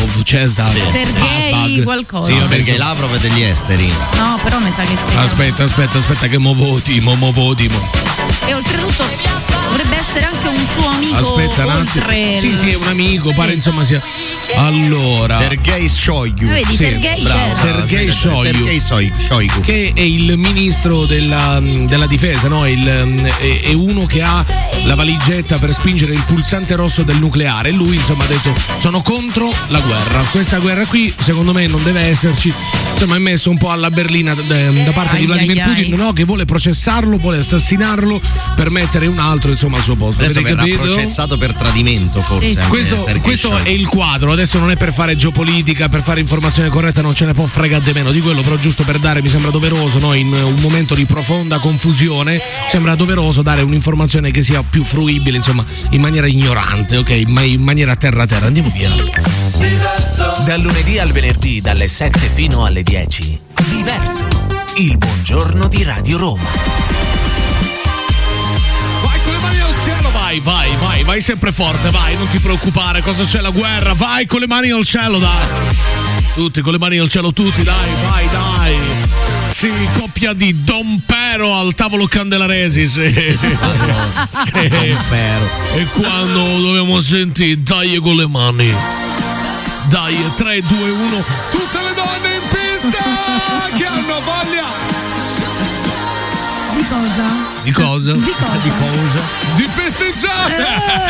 Sergei qualcosa. Sì, perché Lavrov è degli esteri. No, però mi sa che sì. Aspetta che mo voti. E oltretutto dovrebbe essere anche un suo amico. Aspetta un attimo. Sì, è un amico, pare insomma sia. Allora, Sergei Shoigu. Vedi, Sergei Shoigu, che è il ministro della difesa, no? È uno che ha la valigetta per spingere il pulsante rosso del nucleare. E lui, insomma, ha detto: sono contro la guerra. Questa guerra qui, secondo me, non deve esserci. Insomma, è messo un po' alla berlina da parte di Vladimir Putin, no? Che vuole processarlo, vuole assassinarlo per mettere un altro, insomma, al suo posto. Adesso verrà processato per tradimento, forse. Sì. Questo è il quadro. Adesso non è per fare geopolitica, per fare informazione corretta, non ce ne può fregare di meno di quello, però giusto per dare, mi sembra doveroso, no? In un momento di profonda confusione sembra doveroso dare un'informazione che sia più fruibile, insomma, in maniera ignorante, ok? Ma in maniera terra. Andiamo via. Dal lunedì al venerdì, dalle 7 fino alle 10. Diverso. Il buongiorno di Radio Roma. Vai sempre forte, vai, non ti preoccupare, cosa c'è, la guerra, vai con le mani al cielo, dai. Tutti con le mani al cielo, tutti, dai. Sì, coppia di Don Pero al tavolo Candelaresi, sì. E quando dobbiamo sentire, dai con le mani. Dai, 3, 2, 1, tutte le donne in pista che hanno voglia. Di cosa? Di festeggiare!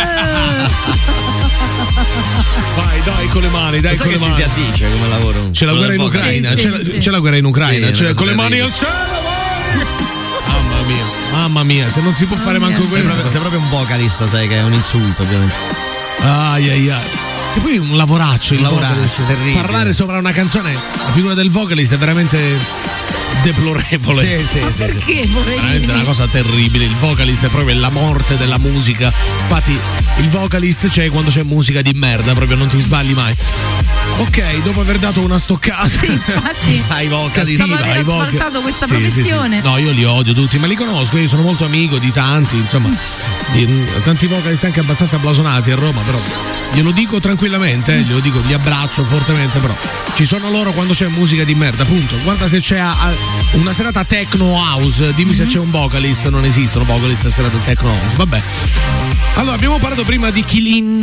Vai, dai con le mani, dai con le mani. Si addice come lavoro. C'è la guerra in Ucraina, c'è la guerra in Ucraina, con le mani al cielo, vai! Mamma mia, se non si può fare manco quello. Sei proprio un vocalista, sai che è un insulto, ovviamente. Ai. E poi un lavoraccio, terribile. Parlare sopra una canzone, la figura del vocalist è veramente deplorevole. Sì. Perché, poverino? Veramente una cosa terribile. Il vocalist è proprio la morte della musica. Infatti il vocalist c'è quando c'è musica di merda, proprio non ti sbagli mai. Ok, dopo aver dato una stoccata ai vocalist, dopo aver asfaltato questa professione. No, io li odio tutti, ma li conosco, io sono molto amico di tanti, insomma, di tanti vocalist anche abbastanza blasonati a Roma, però glielo dico tranquillamente, glielo dico, li abbraccio fortemente, però ci sono loro quando c'è musica di merda, punto. Guarda se c'è una serata techno house, dimmi se c'è un vocalist, non esistono vocalist a serata techno house, vabbè. Allora, abbiamo parlato prima di Kirill,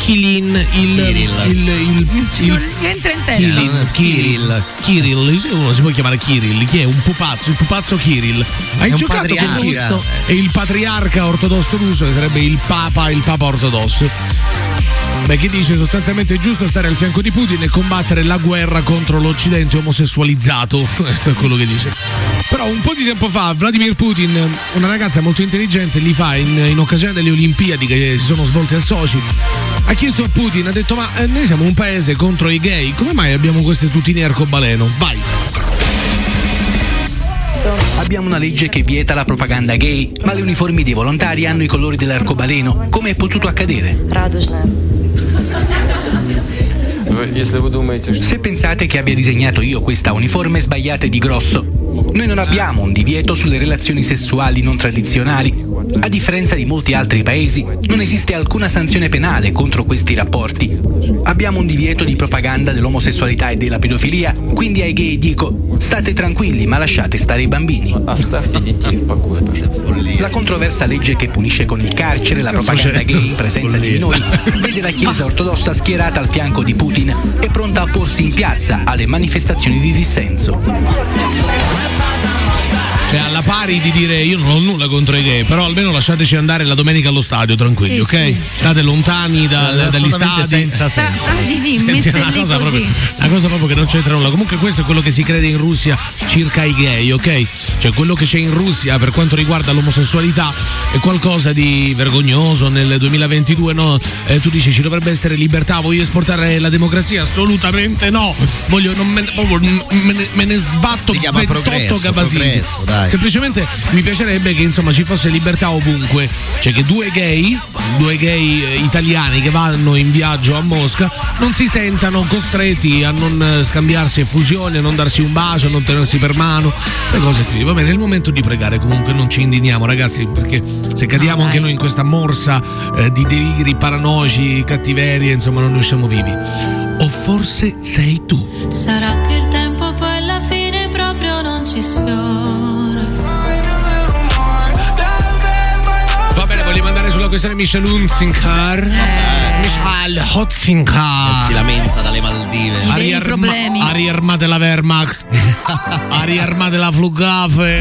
entra in testa. Kirill, uno si può chiamare Kirill, chi è? Un pupazzo, il pupazzo Kirill. Hai giocato con chi? È il patriarca ortodosso russo, che sarebbe il papa ortodosso. Beh, che dice sostanzialmente è giusto stare al fianco di Putin e combattere la guerra contro l'Occidente omosessualizzato. Questo è quello che dice. Però un po' di tempo fa Vladimir Putin, una ragazza molto intelligente, li fa in occasione delle Olimpiadi che si sono svolte a Sochi, ha chiesto a Putin, ha detto: ma noi siamo un paese contro i gay, come mai abbiamo queste tutine arcobaleno? Vai! Abbiamo una legge che vieta la propaganda gay, ma le uniformi dei volontari hanno i colori dell'arcobaleno. Come è potuto accadere? Se pensate che abbia disegnato io questa uniforme, sbagliate di grosso. Noi non abbiamo un divieto sulle relazioni sessuali non tradizionali. A differenza di molti altri paesi, non esiste alcuna sanzione penale contro questi rapporti. Abbiamo un divieto di propaganda dell'omosessualità e della pedofilia, quindi ai gay dico: state tranquilli, ma lasciate stare i bambini. La controversa legge che punisce con il carcere la propaganda gay in presenza di minori vede la Chiesa ortodossa schierata al fianco di Putin e pronta a porsi in piazza alle manifestazioni di dissenso. Cioè, alla pari di dire io non ho nulla contro i gay, però almeno lasciateci andare la domenica allo stadio tranquilli, ok? Sì. State lontani dagli stadi, senza senso. Messe lì così. Una cosa proprio che non c'entra nulla. Comunque questo è quello che si crede in Russia circa i gay, ok? Cioè quello che c'è in Russia per quanto riguarda l'omosessualità è qualcosa di vergognoso nel 2022, no? Tu dici ci dovrebbe essere libertà, voglio esportare la democrazia? Assolutamente no. Me ne sbatto 28 gabasisi. Semplicemente mi piacerebbe che insomma ci fosse libertà ovunque, cioè che due gay italiani che vanno in viaggio a Mosca non si sentano costretti a non scambiarsi effusioni, a non darsi un bacio, a non tenersi per mano, queste cose qui. Va bene, è il momento di pregare, comunque non ci indigniamo ragazzi, perché se cadiamo anche noi in questa morsa di deliri paranoici, cattiverie, insomma non ne usciamo vivi. O forse sei tu. Sarà che il tempo poi alla fine proprio non ci sfiora. Va bene, vogliamo andare sulla questione Michel Hunziker. Michel Hunziker si lamenta dalle Maldive. Aria armate la Wehrmacht. Aria armate la Flugwaffe.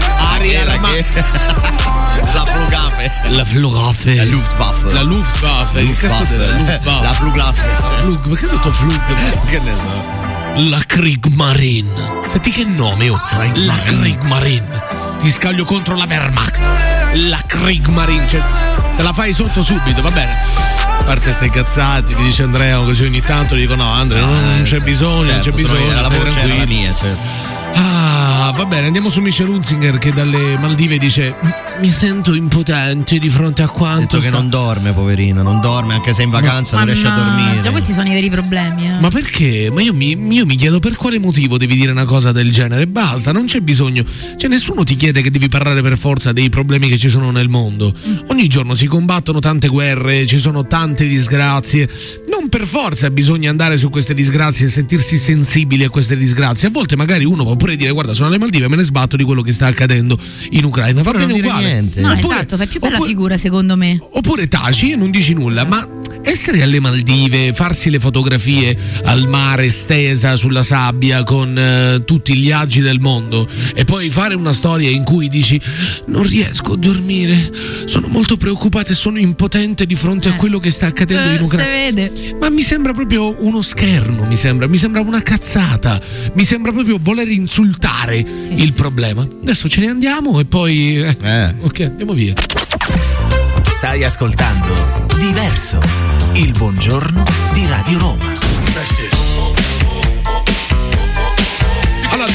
La Flugwaffe. La Luftwaffe. La Luftwaffe. Che cazzo è la Luftwaffe? La Flugwaffe. Perché ho detto Flug? Che ne so? La Kriegmarine. Senti che nome, oh. La Kriegmarine. Ti scaglio contro la Wehrmacht. La Kriegmarine. Cioè, te la fai sotto subito, va bene. A parte ste cazzate, mi dice Andrea, così ogni tanto gli dico no Andrea, non c'è bisogno, non c'è bisogno, la voce era la mia, certo. Va bene, andiamo su Michel Hunziker che dalle Maldive dice: mi sento impotente di fronte a quanto che non dorme, poverino, non dorme anche se è in vacanza, non riesce a dormire. Già questi sono i veri problemi. Ma perché? Ma io mi chiedo per quale motivo devi dire una cosa del genere. Basta, non c'è bisogno. Cioè nessuno ti chiede che devi parlare per forza dei problemi che ci sono nel mondo. Ogni giorno si combattono tante guerre, ci sono tante disgrazie. Non per forza bisogna andare su queste disgrazie e sentirsi sensibili a queste disgrazie. A volte magari uno può pure dire: guarda, sono alle Maldive, me ne sbatto di quello che sta accadendo in Ucraina. Va bene uguale. Niente. No, oppure, esatto, fai più bella figura secondo me. Oppure taci e non dici nulla, ma essere alle Maldive, farsi le fotografie al mare stesa sulla sabbia con tutti gli agi del mondo e poi fare una storia in cui dici: non riesco a dormire, sono molto preoccupata e sono impotente di fronte a quello che sta accadendo in Ucraina. Si vede. Ma mi sembra proprio uno scherno, mi sembra una cazzata, mi sembra proprio voler insultare il problema. Adesso ce ne andiamo e poi ok, andiamo via. Stai ascoltando Diverso, il buongiorno di Radio Roma. Allora, tra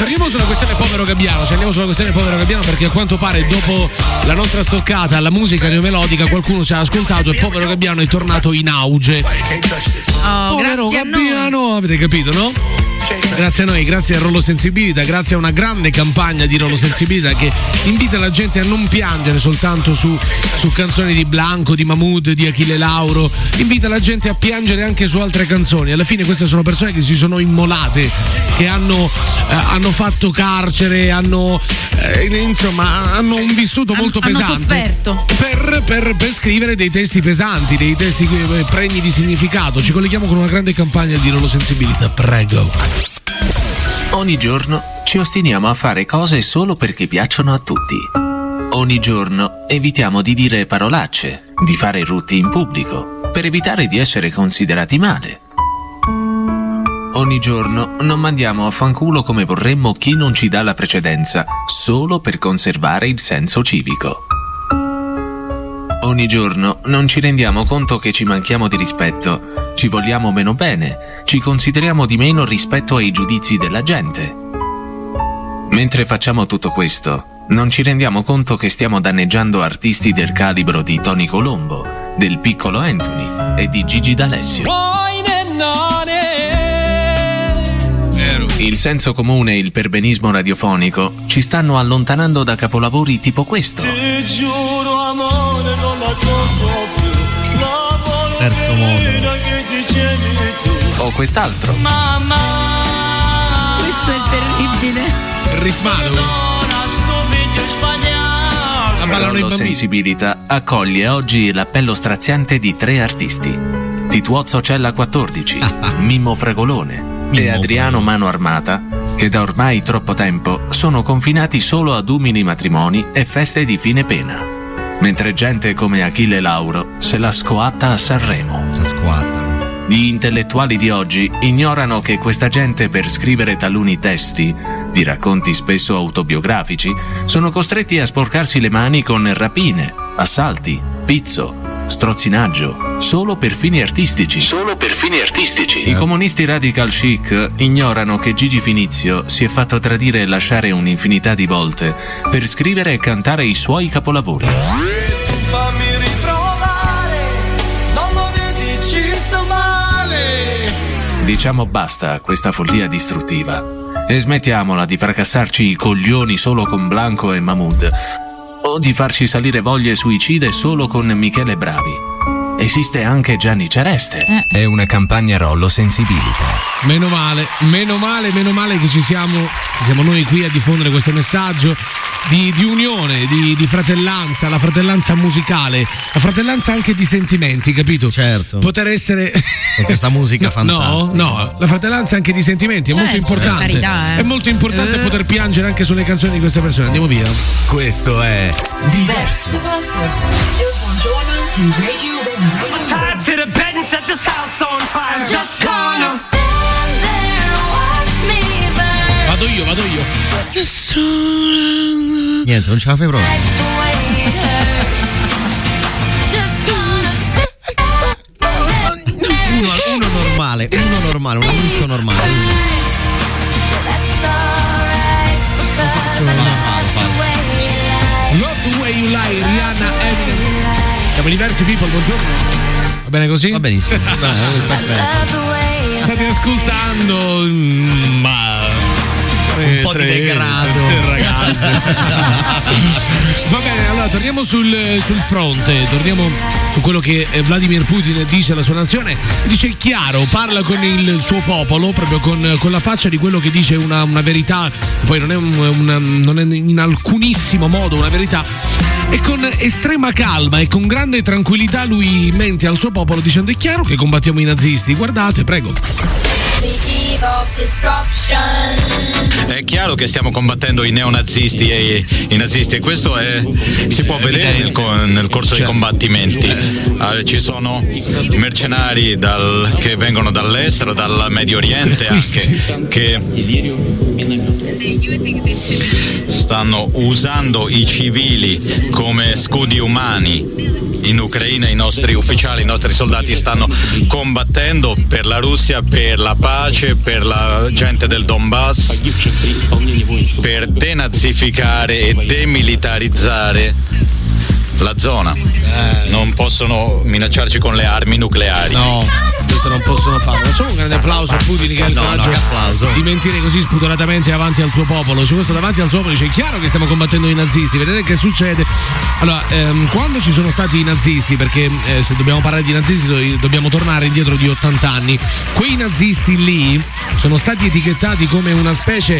torniamo sulla questione povero Gabbiano. Andiamo sulla questione povero Gabbiano perché a quanto pare dopo la nostra stoccata alla musica neomelodica qualcuno ci ha ascoltato e povero Gabbiano è tornato in auge. Povero Gabbiano, avete capito, no? Grazie a noi, grazie a Rollo Sensibilità, grazie a una grande campagna di Rollo Sensibilità che invita la gente a non piangere soltanto su canzoni di Blanco, di Mahmood, di Achille Lauro, invita la gente a piangere anche su altre canzoni. Alla fine queste sono persone che si sono immolate, che hanno fatto carcere, hanno un vissuto molto pesante. Per scrivere dei testi pesanti, dei testi pregni di significato. Ci colleghiamo con una grande campagna di Rollo Sensibilità, prego. Ogni giorno ci ostiniamo a fare cose solo perché piacciono a tutti. Ogni giorno evitiamo di dire parolacce, di fare rutti in pubblico, per evitare di essere considerati male. Ogni giorno non mandiamo a fanculo come vorremmo chi non ci dà la precedenza, solo per conservare il senso civico. Ogni giorno non ci rendiamo conto che ci manchiamo di rispetto, ci vogliamo meno bene, ci consideriamo di meno rispetto ai giudizi della gente. Mentre facciamo tutto questo, non ci rendiamo conto che stiamo danneggiando artisti del calibro di Tony Colombo, del piccolo Anthony e di Gigi D'Alessio. Il senso comune e il perbenismo radiofonico ci stanno allontanando da capolavori tipo questo. Ti giuro amore non la tocco più. Terzo mondo. O quest'altro. Mamma, questo è terribile. Ritmato. Rollo Sensibilità accoglie oggi l'appello straziante di 3 artisti: Tituozzo Cella 14, Mimmo Fregolone e Adriano Mano Armata, che da ormai troppo tempo sono confinati solo ad umili matrimoni e feste di fine pena, mentre gente come Achille Lauro se la scoatta a Sanremo. Gli intellettuali di oggi ignorano che questa gente, per scrivere taluni testi di racconti spesso autobiografici, sono costretti a sporcarsi le mani con rapine, assalti, pizzo, strozzinaggio, solo per fini artistici. I comunisti radical chic ignorano che Gigi Finizio si è fatto tradire e lasciare un'infinità di volte per scrivere e cantare i suoi capolavori. Fammi riprovare, non lo vedi, ci sto male. Diciamo basta a questa follia distruttiva e smettiamola di fracassarci i coglioni solo con Blanco e Mahmood, o di farci salire voglie suicide solo con Michele Bravi. Esiste anche Gianni Cereste. È una campagna Rollo Sensibilità. Meno male che ci siamo noi qui a diffondere questo messaggio di unione, di fratellanza, la fratellanza musicale, la fratellanza anche di sentimenti, capito? Certo. Poter essere con questa musica fantastica. No, la fratellanza anche di sentimenti, certo, è molto importante. Carità, È molto importante poter piangere anche sulle canzoni di queste persone. Andiamo via. Questo è Diverso. Tied to the bed and set this house on fire. Just gonna stand there and watch me burn. Vado io. Niente, non ce la fai proprio. Uno normale, un amico normale. Not the way you lie, Rihanna, Eminem. Siamo diversi, people, buongiorno. Va bene così? Va benissimo. State ascoltando un po' di degrado, ragazzi. Va bene, allora torniamo sul fronte, torniamo su quello che Vladimir Putin dice alla sua nazione. Dice chiaro, parla con il suo popolo, proprio con la faccia di quello che dice una verità, poi non è in alcunissimo modo una verità, e con estrema calma e con grande tranquillità lui mente al suo popolo dicendo: è chiaro che combattiamo i nazisti, guardate, prego. È chiaro che stiamo combattendo i neonazisti e i nazisti, e questo si può vedere nel corso dei combattimenti. Ci sono mercenari che vengono dall'estero, dal Medio Oriente anche, che stanno usando i civili come scudi umani. In Ucraina i nostri ufficiali, i nostri soldati stanno combattendo per la Russia, per la pace, per la gente del Donbass, per denazificare e demilitarizzare la zona. Non possono minacciarci con le armi nucleari. No, questo non possono farlo. Facciamo un grande applauso a Putin che ha il coraggio di mentire così spudoratamente davanti al suo popolo. Cioè, questo davanti al suo popolo dice: è chiaro che stiamo combattendo i nazisti. Vedete che succede? Allora, quando ci sono stati i nazisti, perché se dobbiamo parlare di nazisti dobbiamo tornare indietro di 80 anni, quei nazisti lì sono stati etichettati come una specie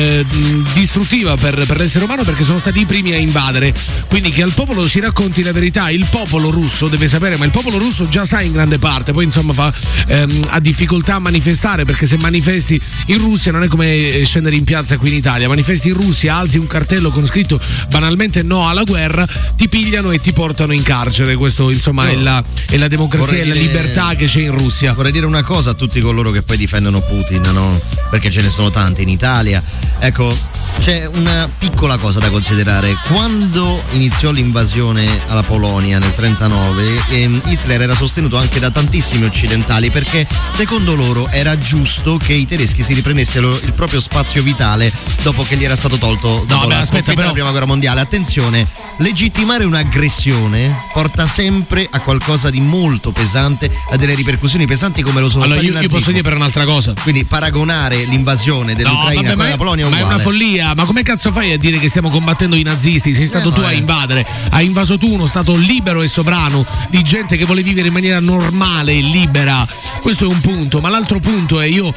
distruttiva per l'essere umano, perché sono stati i primi a invadere. Quindi che al popolo si racconti la verità. Il popolo russo deve sapere, ma il popolo russo già sa in grande parte, poi insomma ha difficoltà a manifestare, perché se manifesti in Russia non è come scendere in piazza qui in Italia. Manifesti in Russia, alzi un cartello con scritto banalmente no alla guerra, ti pigliano e ti portano in carcere. Questo insomma è la democrazia e la libertà che c'è in Russia. Vorrei dire una cosa a tutti coloro che poi difendono Putin, no? Perché ce ne sono tanti in Italia. Ecco, c'è una piccola cosa da considerare. Quando iniziò l'invasione alla Polonia nel 1939, Hitler era sostenuto anche da tantissimi occidentali, perché secondo loro era giusto che i tedeschi si riprendessero il proprio spazio vitale dopo che gli era stato tolto dopo la sconfitta della prima guerra mondiale. Attenzione, legittimare un'aggressione porta sempre a qualcosa di molto pesante, a delle ripercussioni pesanti come lo sono stati i nazismo. Io posso dire per un'altra cosa. Quindi paragonare l'invasione dell'Ucraina con la Polonia è uguale. Ma è una follia. Ma come cazzo fai a dire che stiamo combattendo i nazisti? Sei stato tu a invadere, hai invaso tu uno stato libero e sovrano di gente che vuole vivere in maniera normale e libera. Questo è un punto, ma l'altro punto è, io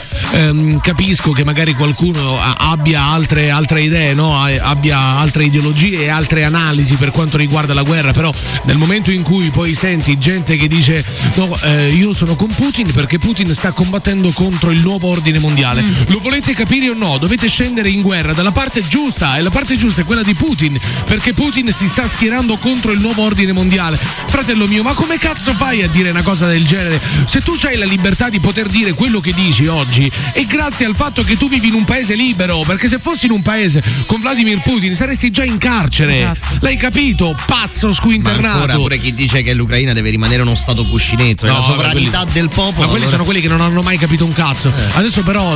capisco che magari qualcuno abbia altre idee, no? Abbia altre ideologie e altre analisi per quanto riguarda la guerra, però nel momento in cui poi senti gente che dice no, io sono con Putin perché Putin sta combattendo contro il nuovo ordine mondiale, lo volete capire o no? Dovete scendere in guerra dalla parte giusta, e la parte giusta è quella di Putin, perché Putin si sta schierando contro il nuovo ordine mondiale. Fratello mio, ma come cazzo fai a dire una cosa del genere? Se tu hai la libertà di poter dire quello che dici oggi è grazie al fatto che tu vivi in un paese libero, perché se fossi in un paese con Vladimir Putin saresti già in carcere. Esatto. L'hai capito, pazzo squinternato? Ma ancora pure chi dice che l'Ucraina deve rimanere uno stato cuscinetto, è la sovranità del popolo. Ma quelli sono quelli che non hanno mai capito un cazzo. Adesso però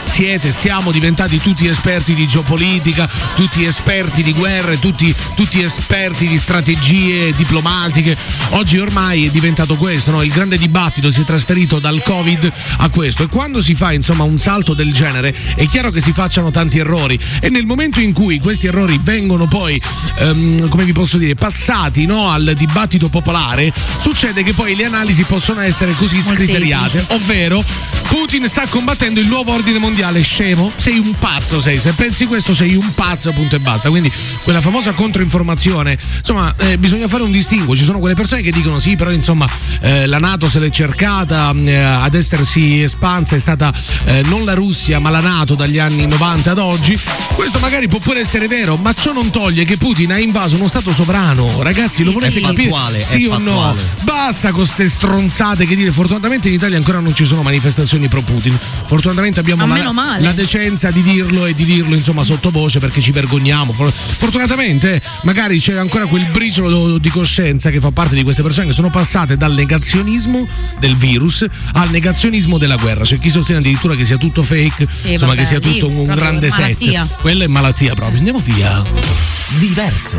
siamo diventati tutti esperti di geopolitica, tutti esperti di guerre, tutti esperti di strategie diplomatiche. Oggi ormai è diventato questo, no? Il grande dibattito si è trasferito dal Covid a questo, e quando si fa insomma un salto del genere è chiaro che si facciano tanti errori, e nel momento in cui questi errori vengono poi come vi posso dire, passati, no, al dibattito popolare, succede che poi le analisi possono essere così scriteriate, ovvero Putin sta combattendo il nuovo ordine mondiale. Scemo? Sei un pazzo, se pensi questo sei un pazzo, punto e basta. Quindi quella famosa controinformazione, insomma, bisogna fare un distinguo. Ci sono quelle persone che dicono sì, però insomma la NATO se l'è cercata ad essersi espansa, è stata non la Russia ma la NATO dagli anni 90 ad oggi. Questo magari può pure essere vero, ma ciò non toglie che Putin ha invaso uno stato sovrano. Ragazzi, lo volete capire? Sì o no? Basta con ste stronzate che dire. Fortunatamente in Italia ancora non ci sono manifestazioni pro Putin, fortunatamente abbiamo la decenza di dirlo, e di dirlo insomma sottovoce, perché ci vergogniamo. Fortunatamente magari c'è ancora quel briciolo di coscienza che fa parte di queste persone che sono passate dal negazionismo del virus al negazionismo della guerra. C'è chi sostiene addirittura che sia tutto fake, insomma, che sia tutto un grande set. Quella è malattia proprio. Andiamo via. Diverso.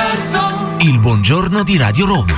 Il buongiorno di Radio Roma.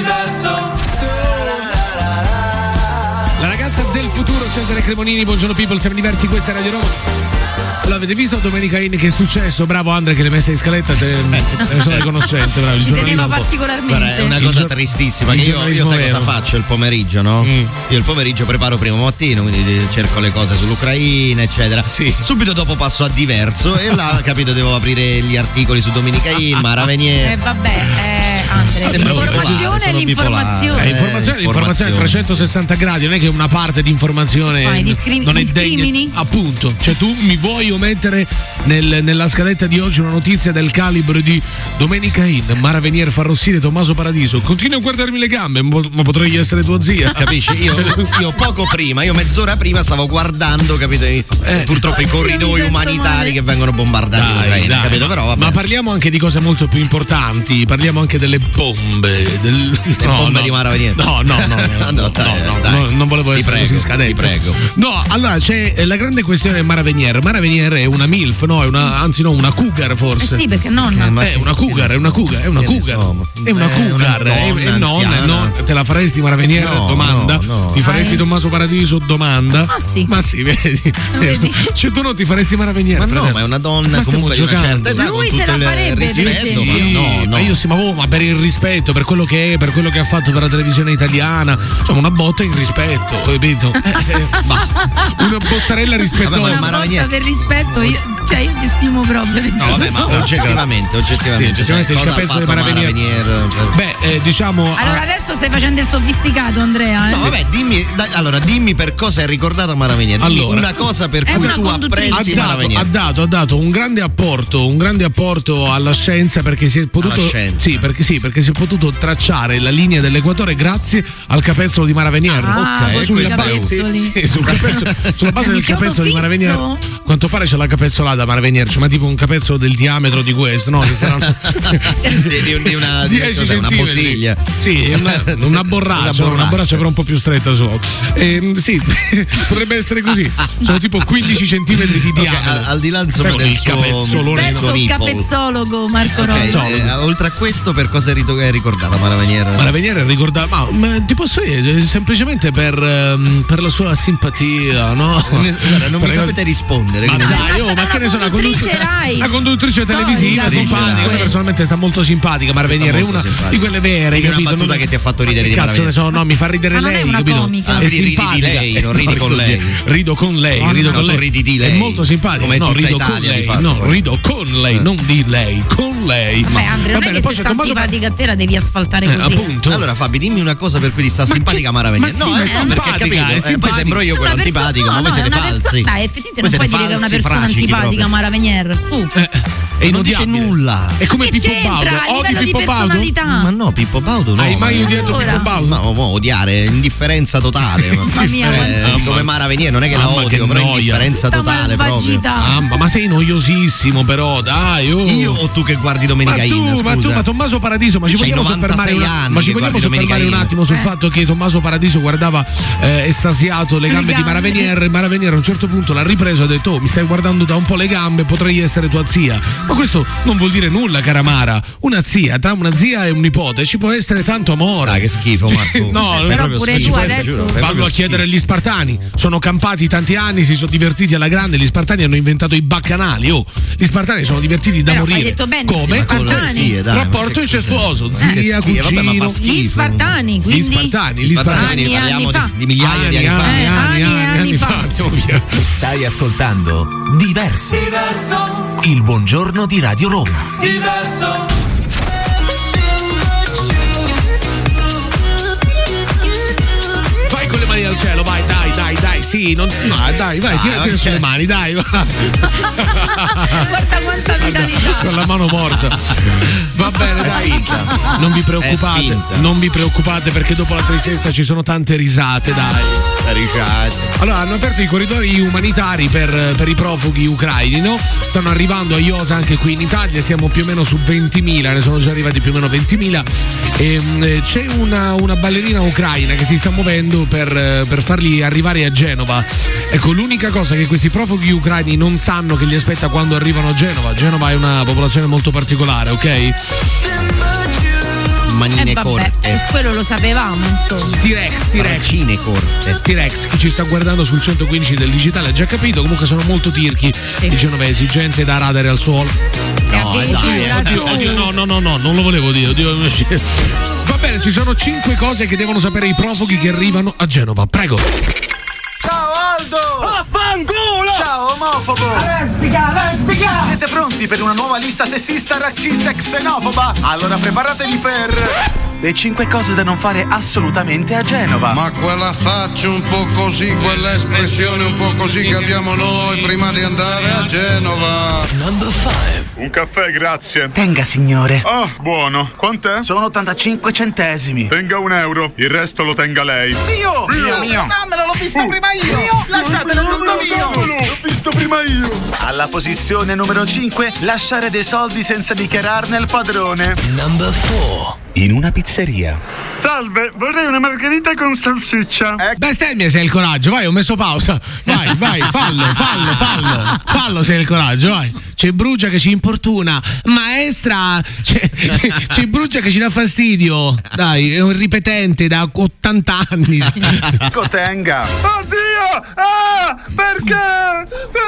La ragazza del futuro, Cesare Cremonini. Buongiorno people, siamo diversi, questa è Radio Roma. Allora, avete visto Domenica In che è successo? Bravo Andre che l'hai messa in scaletta, te ne sono riconoscente, bravo. Ci teneva particolarmente. Guarda, è una cosa tristissima, che io sai cosa faccio il pomeriggio, no? Io il pomeriggio preparo primo mattino, quindi cerco le cose sull'Ucraina, eccetera. Sì. Subito dopo passo a diverso e là, capito, devo aprire gli articoli su Domenica In, Mara Venier. Andre, l'informazione è l'informazione. L'informazione a 360 gradi, non è che una parte di informazione non è degna. Appunto, cioè tu mi vuoi omettere nella scaletta di oggi una notizia del calibro di Domenica In, Mara Venier fa arrossire Tommaso Paradiso. Continua a guardarmi le gambe, ma potrei essere tua zia. Capisci? Io poco prima, mezz'ora prima stavo guardando, capito? Purtroppo i corridoi umanitari che vengono bombardati in Ucraina, capito? Però vabbè. Ma parliamo anche di cose molto più importanti, parliamo anche delle bombe bombe bombe di Mara Venier. No, non volevo essere così scadente. Ti prego. No, allora c'è la grande questione Mara Venier. Mara Venier è una MILF, no? Una cougar forse. Sì, perché nonna. È una cougar. No, te la faresti Mara Venier? Domanda. No. Ti faresti Tommaso Paradiso? Domanda. Ma sì, vedi. Cioè tu non ti faresti Mara Venier? Ma è una donna comunque di una certa età. Lui se la farebbe, per esempio. Ma per il rispetto, per quello che è, per quello che ha fatto per la televisione italiana, insomma una botta in rispetto, capito? Una bottarella rispettosa. Una botta per rispetto, io ti stimo proprio. Ma oggettivamente il capezzolo di Mara Venier. Diciamo. Allora adesso stai facendo il sofisticato, Andrea. No, vabbè, dimmi per cosa è ricordata Mara Venier. Allora, una cosa per cui tu apprezzi Mara Venier. Ha dato un grande apporto alla scienza, perché si è potuto perché si è potuto tracciare la linea dell'equatore grazie al capezzolo di Mara Venier. Sulla base del capezzolo di Mara Venier. Quanto pare c'è la capezzolata Mara Venier, ma tipo un capezzolo del diametro di questo, no? Che sarà di una 10 una bottiglia. Sì, una borraccia però un po' più stretta solo. Sì, potrebbe essere così. Sono tipo 15 centimetri di diametro. Al di là insomma del suo capezzologo Marco Rossi. Oltre a questo, per cosa è ricordata Mara Venier? Mara Venier è ricordata, ma ti posso dire, semplicemente per la sua simpatia, no? Guarda, non mi sapete rispondere. Ma dai, ma che ne so, una conduttrice televisiva simpatica. Personalmente sta molto simpatica. Mara Venier è una di quelle vere, capito? Una che ti ha fatto ridere di Mara Venier. Cazzo ne so, no, mi fa ridere lei, capito? È simpatica. Non ridi con lei. Rido con lei. Ridi di lei. È molto simpatica. No, rido con lei. No, rido con lei, non di lei, con lei. Beh, Andrea, non è che se sta simpatica a te la devi asfaltare così. Appunto. Allora Fabi, dimmi una cosa per cui ti sta simpatica Mara Venier. No, perché capito, poi sembro io quello antipatico, ma voi siete falsi. Dai, effettivamente non puoi dire che è una persona antipatica Mara Venier. Su. E non dice nulla. È come Pippo Baudo. Odi Pippo Baudo? Ma no, Pippo Baudo no. Hai mai odiato Pippo Baudo? No, odiare, indifferenza totale. Come Mara Venier, non è che la odio, però indifferenza totale proprio. Ma sei noiosissimo però, dai. Io o tu che guardi Domenica Inn? Ma Tommaso Paradiso, ma ci vogliamo soffermare un attimo sul fatto che Tommaso Paradiso guardava estasiato le gambe di Mara Venier, e Mara Venier a un certo punto l'ha ripreso e ha detto: mi stai guardando da un po' le gambe, potrei essere tua zia. Ma questo non vuol dire nulla, cara Mara. Una zia, tra una zia e un nipote ci può essere tanto amore. Che schifo, Marco. No, però pure tu adesso vallo a chiedere agli spartani. Sono campati tanti anni, si sono divertiti alla grande. Gli spartani hanno inventato i baccanali. Gli spartani sono divertiti da morire. Hai detto bene, come? Rapporto incestuoso, zia, cugino. Gli spartani, quindi parliamo di migliaia di anni fa. Stai ascoltando Diverso. Il buongiorno di Radio Roma. Vai con le mani al cielo, vai, dai, sì, dai, vai, tira sulle mani, dai, va. Guarda quanta vitalità. Con la mano morta. Va bene, dai. Non vi preoccupate perché dopo la tristezza ci sono tante risate, dai. Allora, hanno aperto i corridoi umanitari per i profughi ucraini, no? Stanno arrivando a Iosa anche qui in Italia, siamo più o meno su 20.000, ne sono già arrivati più o meno 20.000. E c'è una ballerina ucraina che si sta muovendo per farli arrivare a Genova. Ecco, l'unica cosa che questi profughi ucraini non sanno che li aspetta quando arrivano a Genova. Genova è una popolazione molto particolare, ok? Manine corte. Quello lo sapevamo, insomma. T-Rex, chi ci sta guardando sul 115 del digitale ha già capito. Comunque sono molto tirchi i genovesi, gente da radere al suolo. Oddio, no, non lo volevo dire. Va bene, ci sono 5 cose che devono sapere i profughi che arrivano a Genova. Prego. Ciao Aldo! Affanculo! Ciao omofobo! Lesbica! Siete pronti per una nuova lista sessista, razzista e xenofoba? Allora preparatevi per le 5 cose da non fare assolutamente a Genova. Ma quella faccia un po' così, quella espressione un po' così che abbiamo noi prima di andare a Genova. Number 5. Un caffè, grazie. Tenga, signore. Ah, buono. Quant'è? Sono 85 centesimi. Tenga €1, il resto lo tenga lei. Mio! Dammelo, l'ho visto prima io! Lasciatelo tutto mio! L'ho visto prima io! Alla posizione numero 5, lasciare dei soldi senza dichiararne il padrone. Number 4. in una pizzeria. Salve, vorrei una margherita con salsiccia. Bestemmia se hai il coraggio, vai, ho messo pausa. Vai, fallo se hai il coraggio, vai. C'è Brugia che ci importuna, maestra, c'è Brugia che ci dà fastidio. Dai, è un ripetente da 80 anni. Cotenga. Oddio! Perché?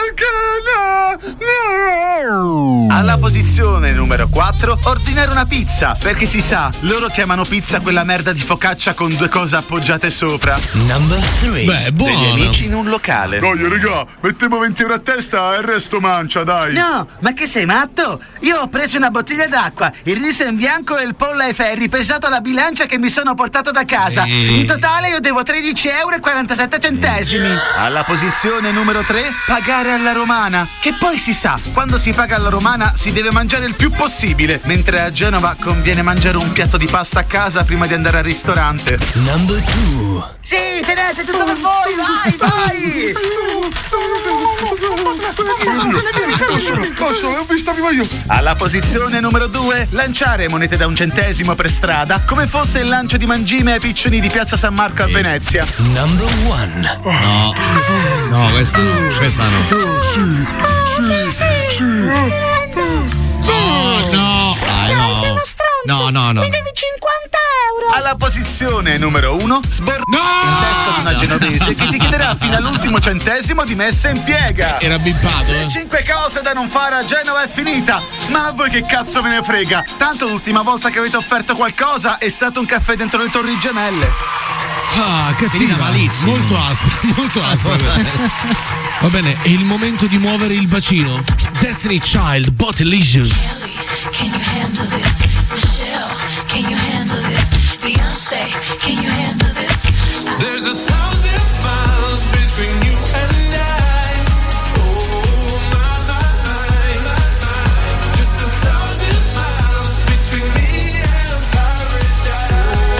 No! Alla posizione numero 4, ordinare una pizza, perché si sa, loro chiamano pizza quella merda di focaccia con 2 cose appoggiate sopra. Number 3. Beh, buono. Degli amici in un locale. Dai, raga, mettiamo 20 euro a testa e il resto mancia, dai. No, ma che sei matto? Io ho preso una bottiglia d'acqua, il riso in bianco e il pollo ai ferri pesato alla bilancia che mi sono portato da casa. In totale io devo 13,47 euro. Alla posizione numero 3, pagare alla romana. Che poi si sa, quando si paga alla romana si deve mangiare il più possibile, mentre a Genova conviene mangiare un piatto di pasta a casa prima di andare al ristorante. Number 2. Sì, tenete tutto per voi, vai! Ho visto prima io. Alla posizione numero 2, lanciare monete da 1 centesimo per strada, come fosse il lancio di mangime ai piccioni di Piazza San Marco a Venezia. Number 1. No, questa no. Sì. No. Dai, sei uno stronzo. No. Mi devi 50 euro. Alla posizione numero 1, in testa di una genovese che ti chiederà fino all'ultimo centesimo di messa in piega. Era bippato. 5 cose da non fare a Genova è finita. Ma a voi che cazzo ve ne frega? Tanto l'ultima volta che avete offerto qualcosa è stato un caffè dentro le Torri Gemelle. Ah, che finita malissimo. Molto aspro. Va bene, è il momento di muovere il bacino. Destiny Child, Bottylicious. Can you handle this? Michelle, can you handle this? Beyonce, can you handle this? There's 1,000 miles between you and I. Oh my. Just 1,000 miles between me and paradise.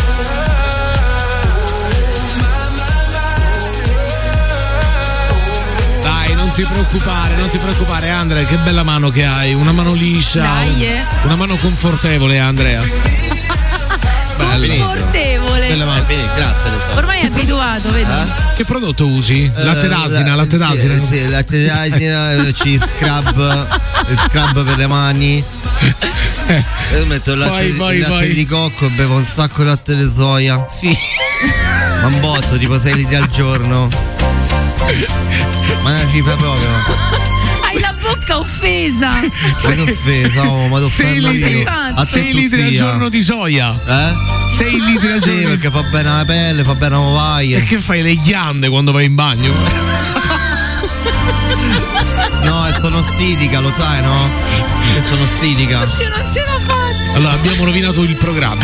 Dai, non ti preoccupare Andrea, che bella mano che hai, una mano liscia. Dai, una mano confortevole, Andrea. Confortevole. Bella mano. Grazie. Ormai è abituato, vedi? Che prodotto usi? Latte d'asina? Sì, latte d'asina, ci scrub per le mani. Io metto il latte di cocco e bevo un sacco di latte di soia. Sì. Ma un botto, tipo 6 litri al giorno. Ma è una cifra proprio. Hai la bocca offesa. Sei offesa, ma t'ho 6 litri al giorno di soia. 6 litri al giorno. Sì, perché fa bene alla pelle, fa bene alla movaglia. E che fai le ghiande quando vai in bagno? No, sono stitica, lo sai, no? Che sono stitica. Io non ce la faccio. Allora, abbiamo rovinato il programma.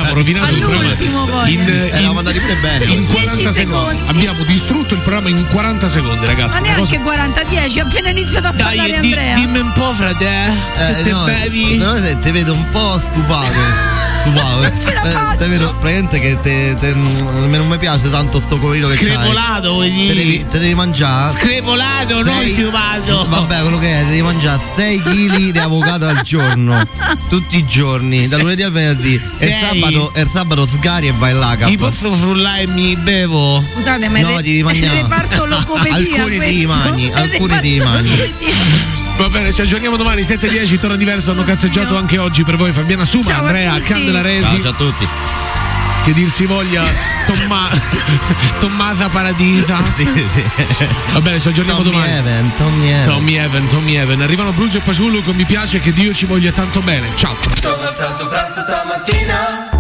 Eravamo andati pure bene. In 40 secondi. Abbiamo distrutto il programma in 40 secondi, ragazzi. Ma neanche 40-10, appena iniziato a parlare Andrea. Dimmi un po', frate, che te bevi? Però ti vedo un po' stupato. Te vedo praticamente che non mi piace tanto sto colorino che screpolato, vuoi dire? Te devi mangiare. Screpolato, non stupato. Vabbè, quello che è, devi mangiare 6 kg di avocado al giorno. Tutti i giorni, dal lunedì al venerdì. E il sabato sgari e vai là. Mi posso frullare e mi bevo? Scusate, ma no, devi mangiare. Reparto locopedia. Alcuni ti mangi. Va bene, ci aggiorniamo domani 7:10, torna diverso. Hanno cazzeggiato anche oggi per voi Fabiana Suma, ciao Andrea Candelaresi. Ciao a tutti. Che dir si voglia Tommasa Paradisa. Sì. Va bene, ci aggiorniamo domani. Tommy Evan. Arrivano Bruce e Paciullo con Mi piace, che Dio ci voglia tanto bene. Ciao. Sono alzato presto stamattina.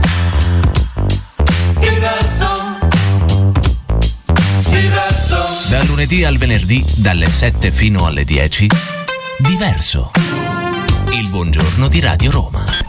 Diverso. Da lunedì al venerdì, dalle 7 fino alle 10, Diverso. Il buongiorno di Radio Roma.